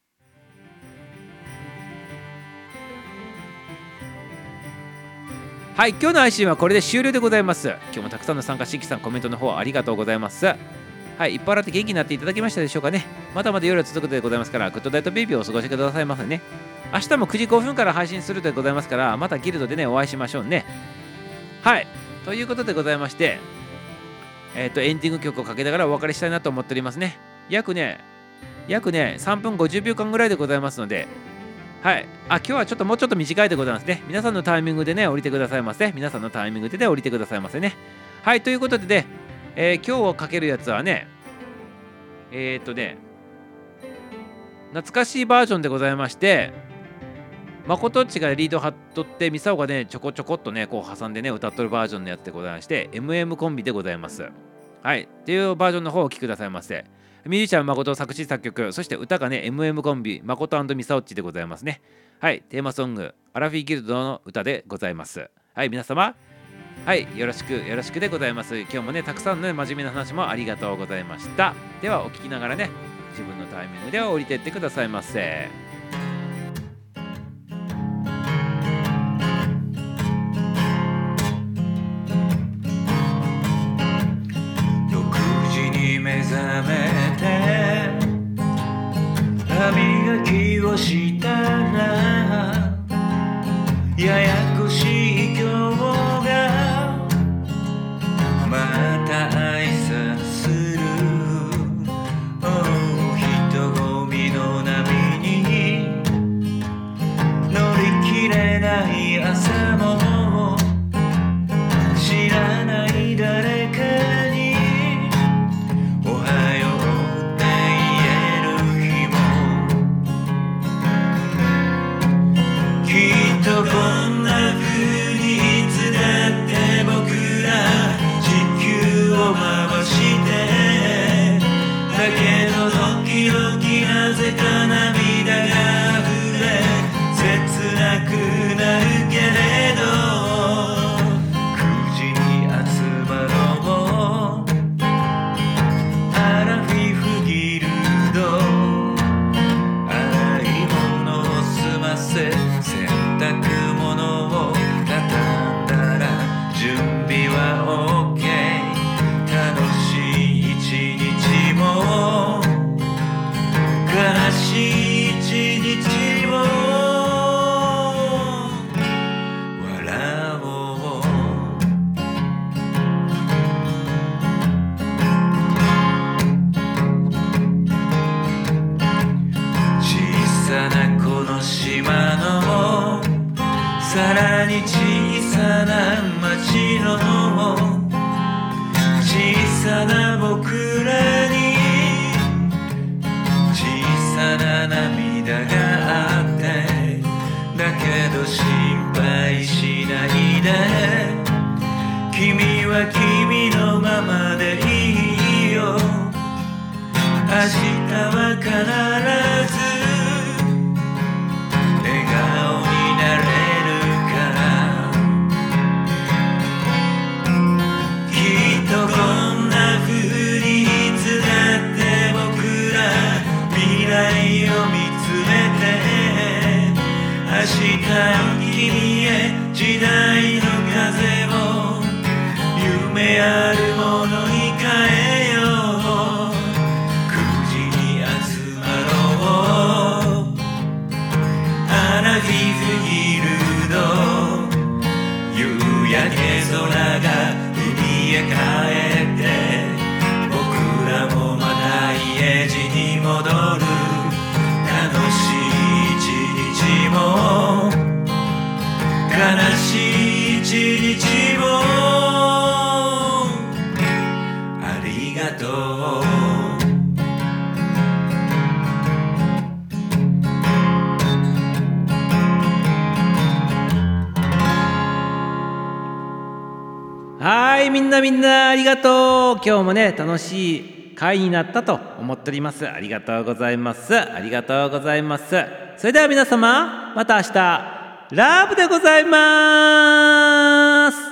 はい、今日の配信はこれで終了でございます。今日もたくさんの参加、新規さん、コメントの方ありがとうございます。はい、いっぱい洗って元気になっていただけましたでしょうかね。まだまだ夜は続くでございますから、グッドナイトベイビーをお過ごしくださいませね。明日もくじごふんから配信するでございますから、またギルドでね、お会いしましょうね。はい、ということでございまして、えっと、エンディング曲をかけながらお別れしたいなと思っておりますね。約ね、約ね、さんぷんごじゅうびょうかんぐらいでございますので、はい。あ、今日はちょっともうちょっと短いでございますね。皆さんのタイミングでね、降りてくださいませ。皆さんのタイミングでね、降りてくださいませね。はい、ということでね、えー、今日をかけるやつはね、えー、っとね、懐かしいバージョンでございまして、まことっちがリード張っとって、ミサオがね、ちょこちょこっとね、こう挟んでね、歌っとるバージョンのやつでございまして、エムエム コンビでございます。はい。っていうバージョンの方をお聴きくださいませ。ミュージシャン誠作詞作曲、そして歌がね エムエム コンビ誠&ミサオッチでございますね。はい、テーマソングアラフィーギルドの歌でございます。はい、皆様はいよろしくよろしくでございます。今日もねたくさんの、ね、真面目な話もありがとうございました。ではお聞きながらね自分のタイミングで降りてってくださいませ。 目覚めて歯磨きをしたらややこしい今日がまた挨拶する、oh、人混みの波に乗り切れない朝も知らない誰かにこんな風にいつだって僕ら地球を回してだけど時々なぜか涙が溢れ切なくなるけれどくじに集まろうアラフィフギルド洗い物を済ませ洗濯物を畳んだら準備は OK 楽しい一日も悲しい一日も笑おう小さなこの島のさらに小さな町の小さな僕らに小さな涙があってだけど心配しないで君は君のままでいいよ明日は必ず笑顔になれきっとこんな風にはいみんなみんなありがとう。今日もね楽しい会になったと思っております。ありがとうございます。ありがとうございます。それでは皆様また明日ラブでございます。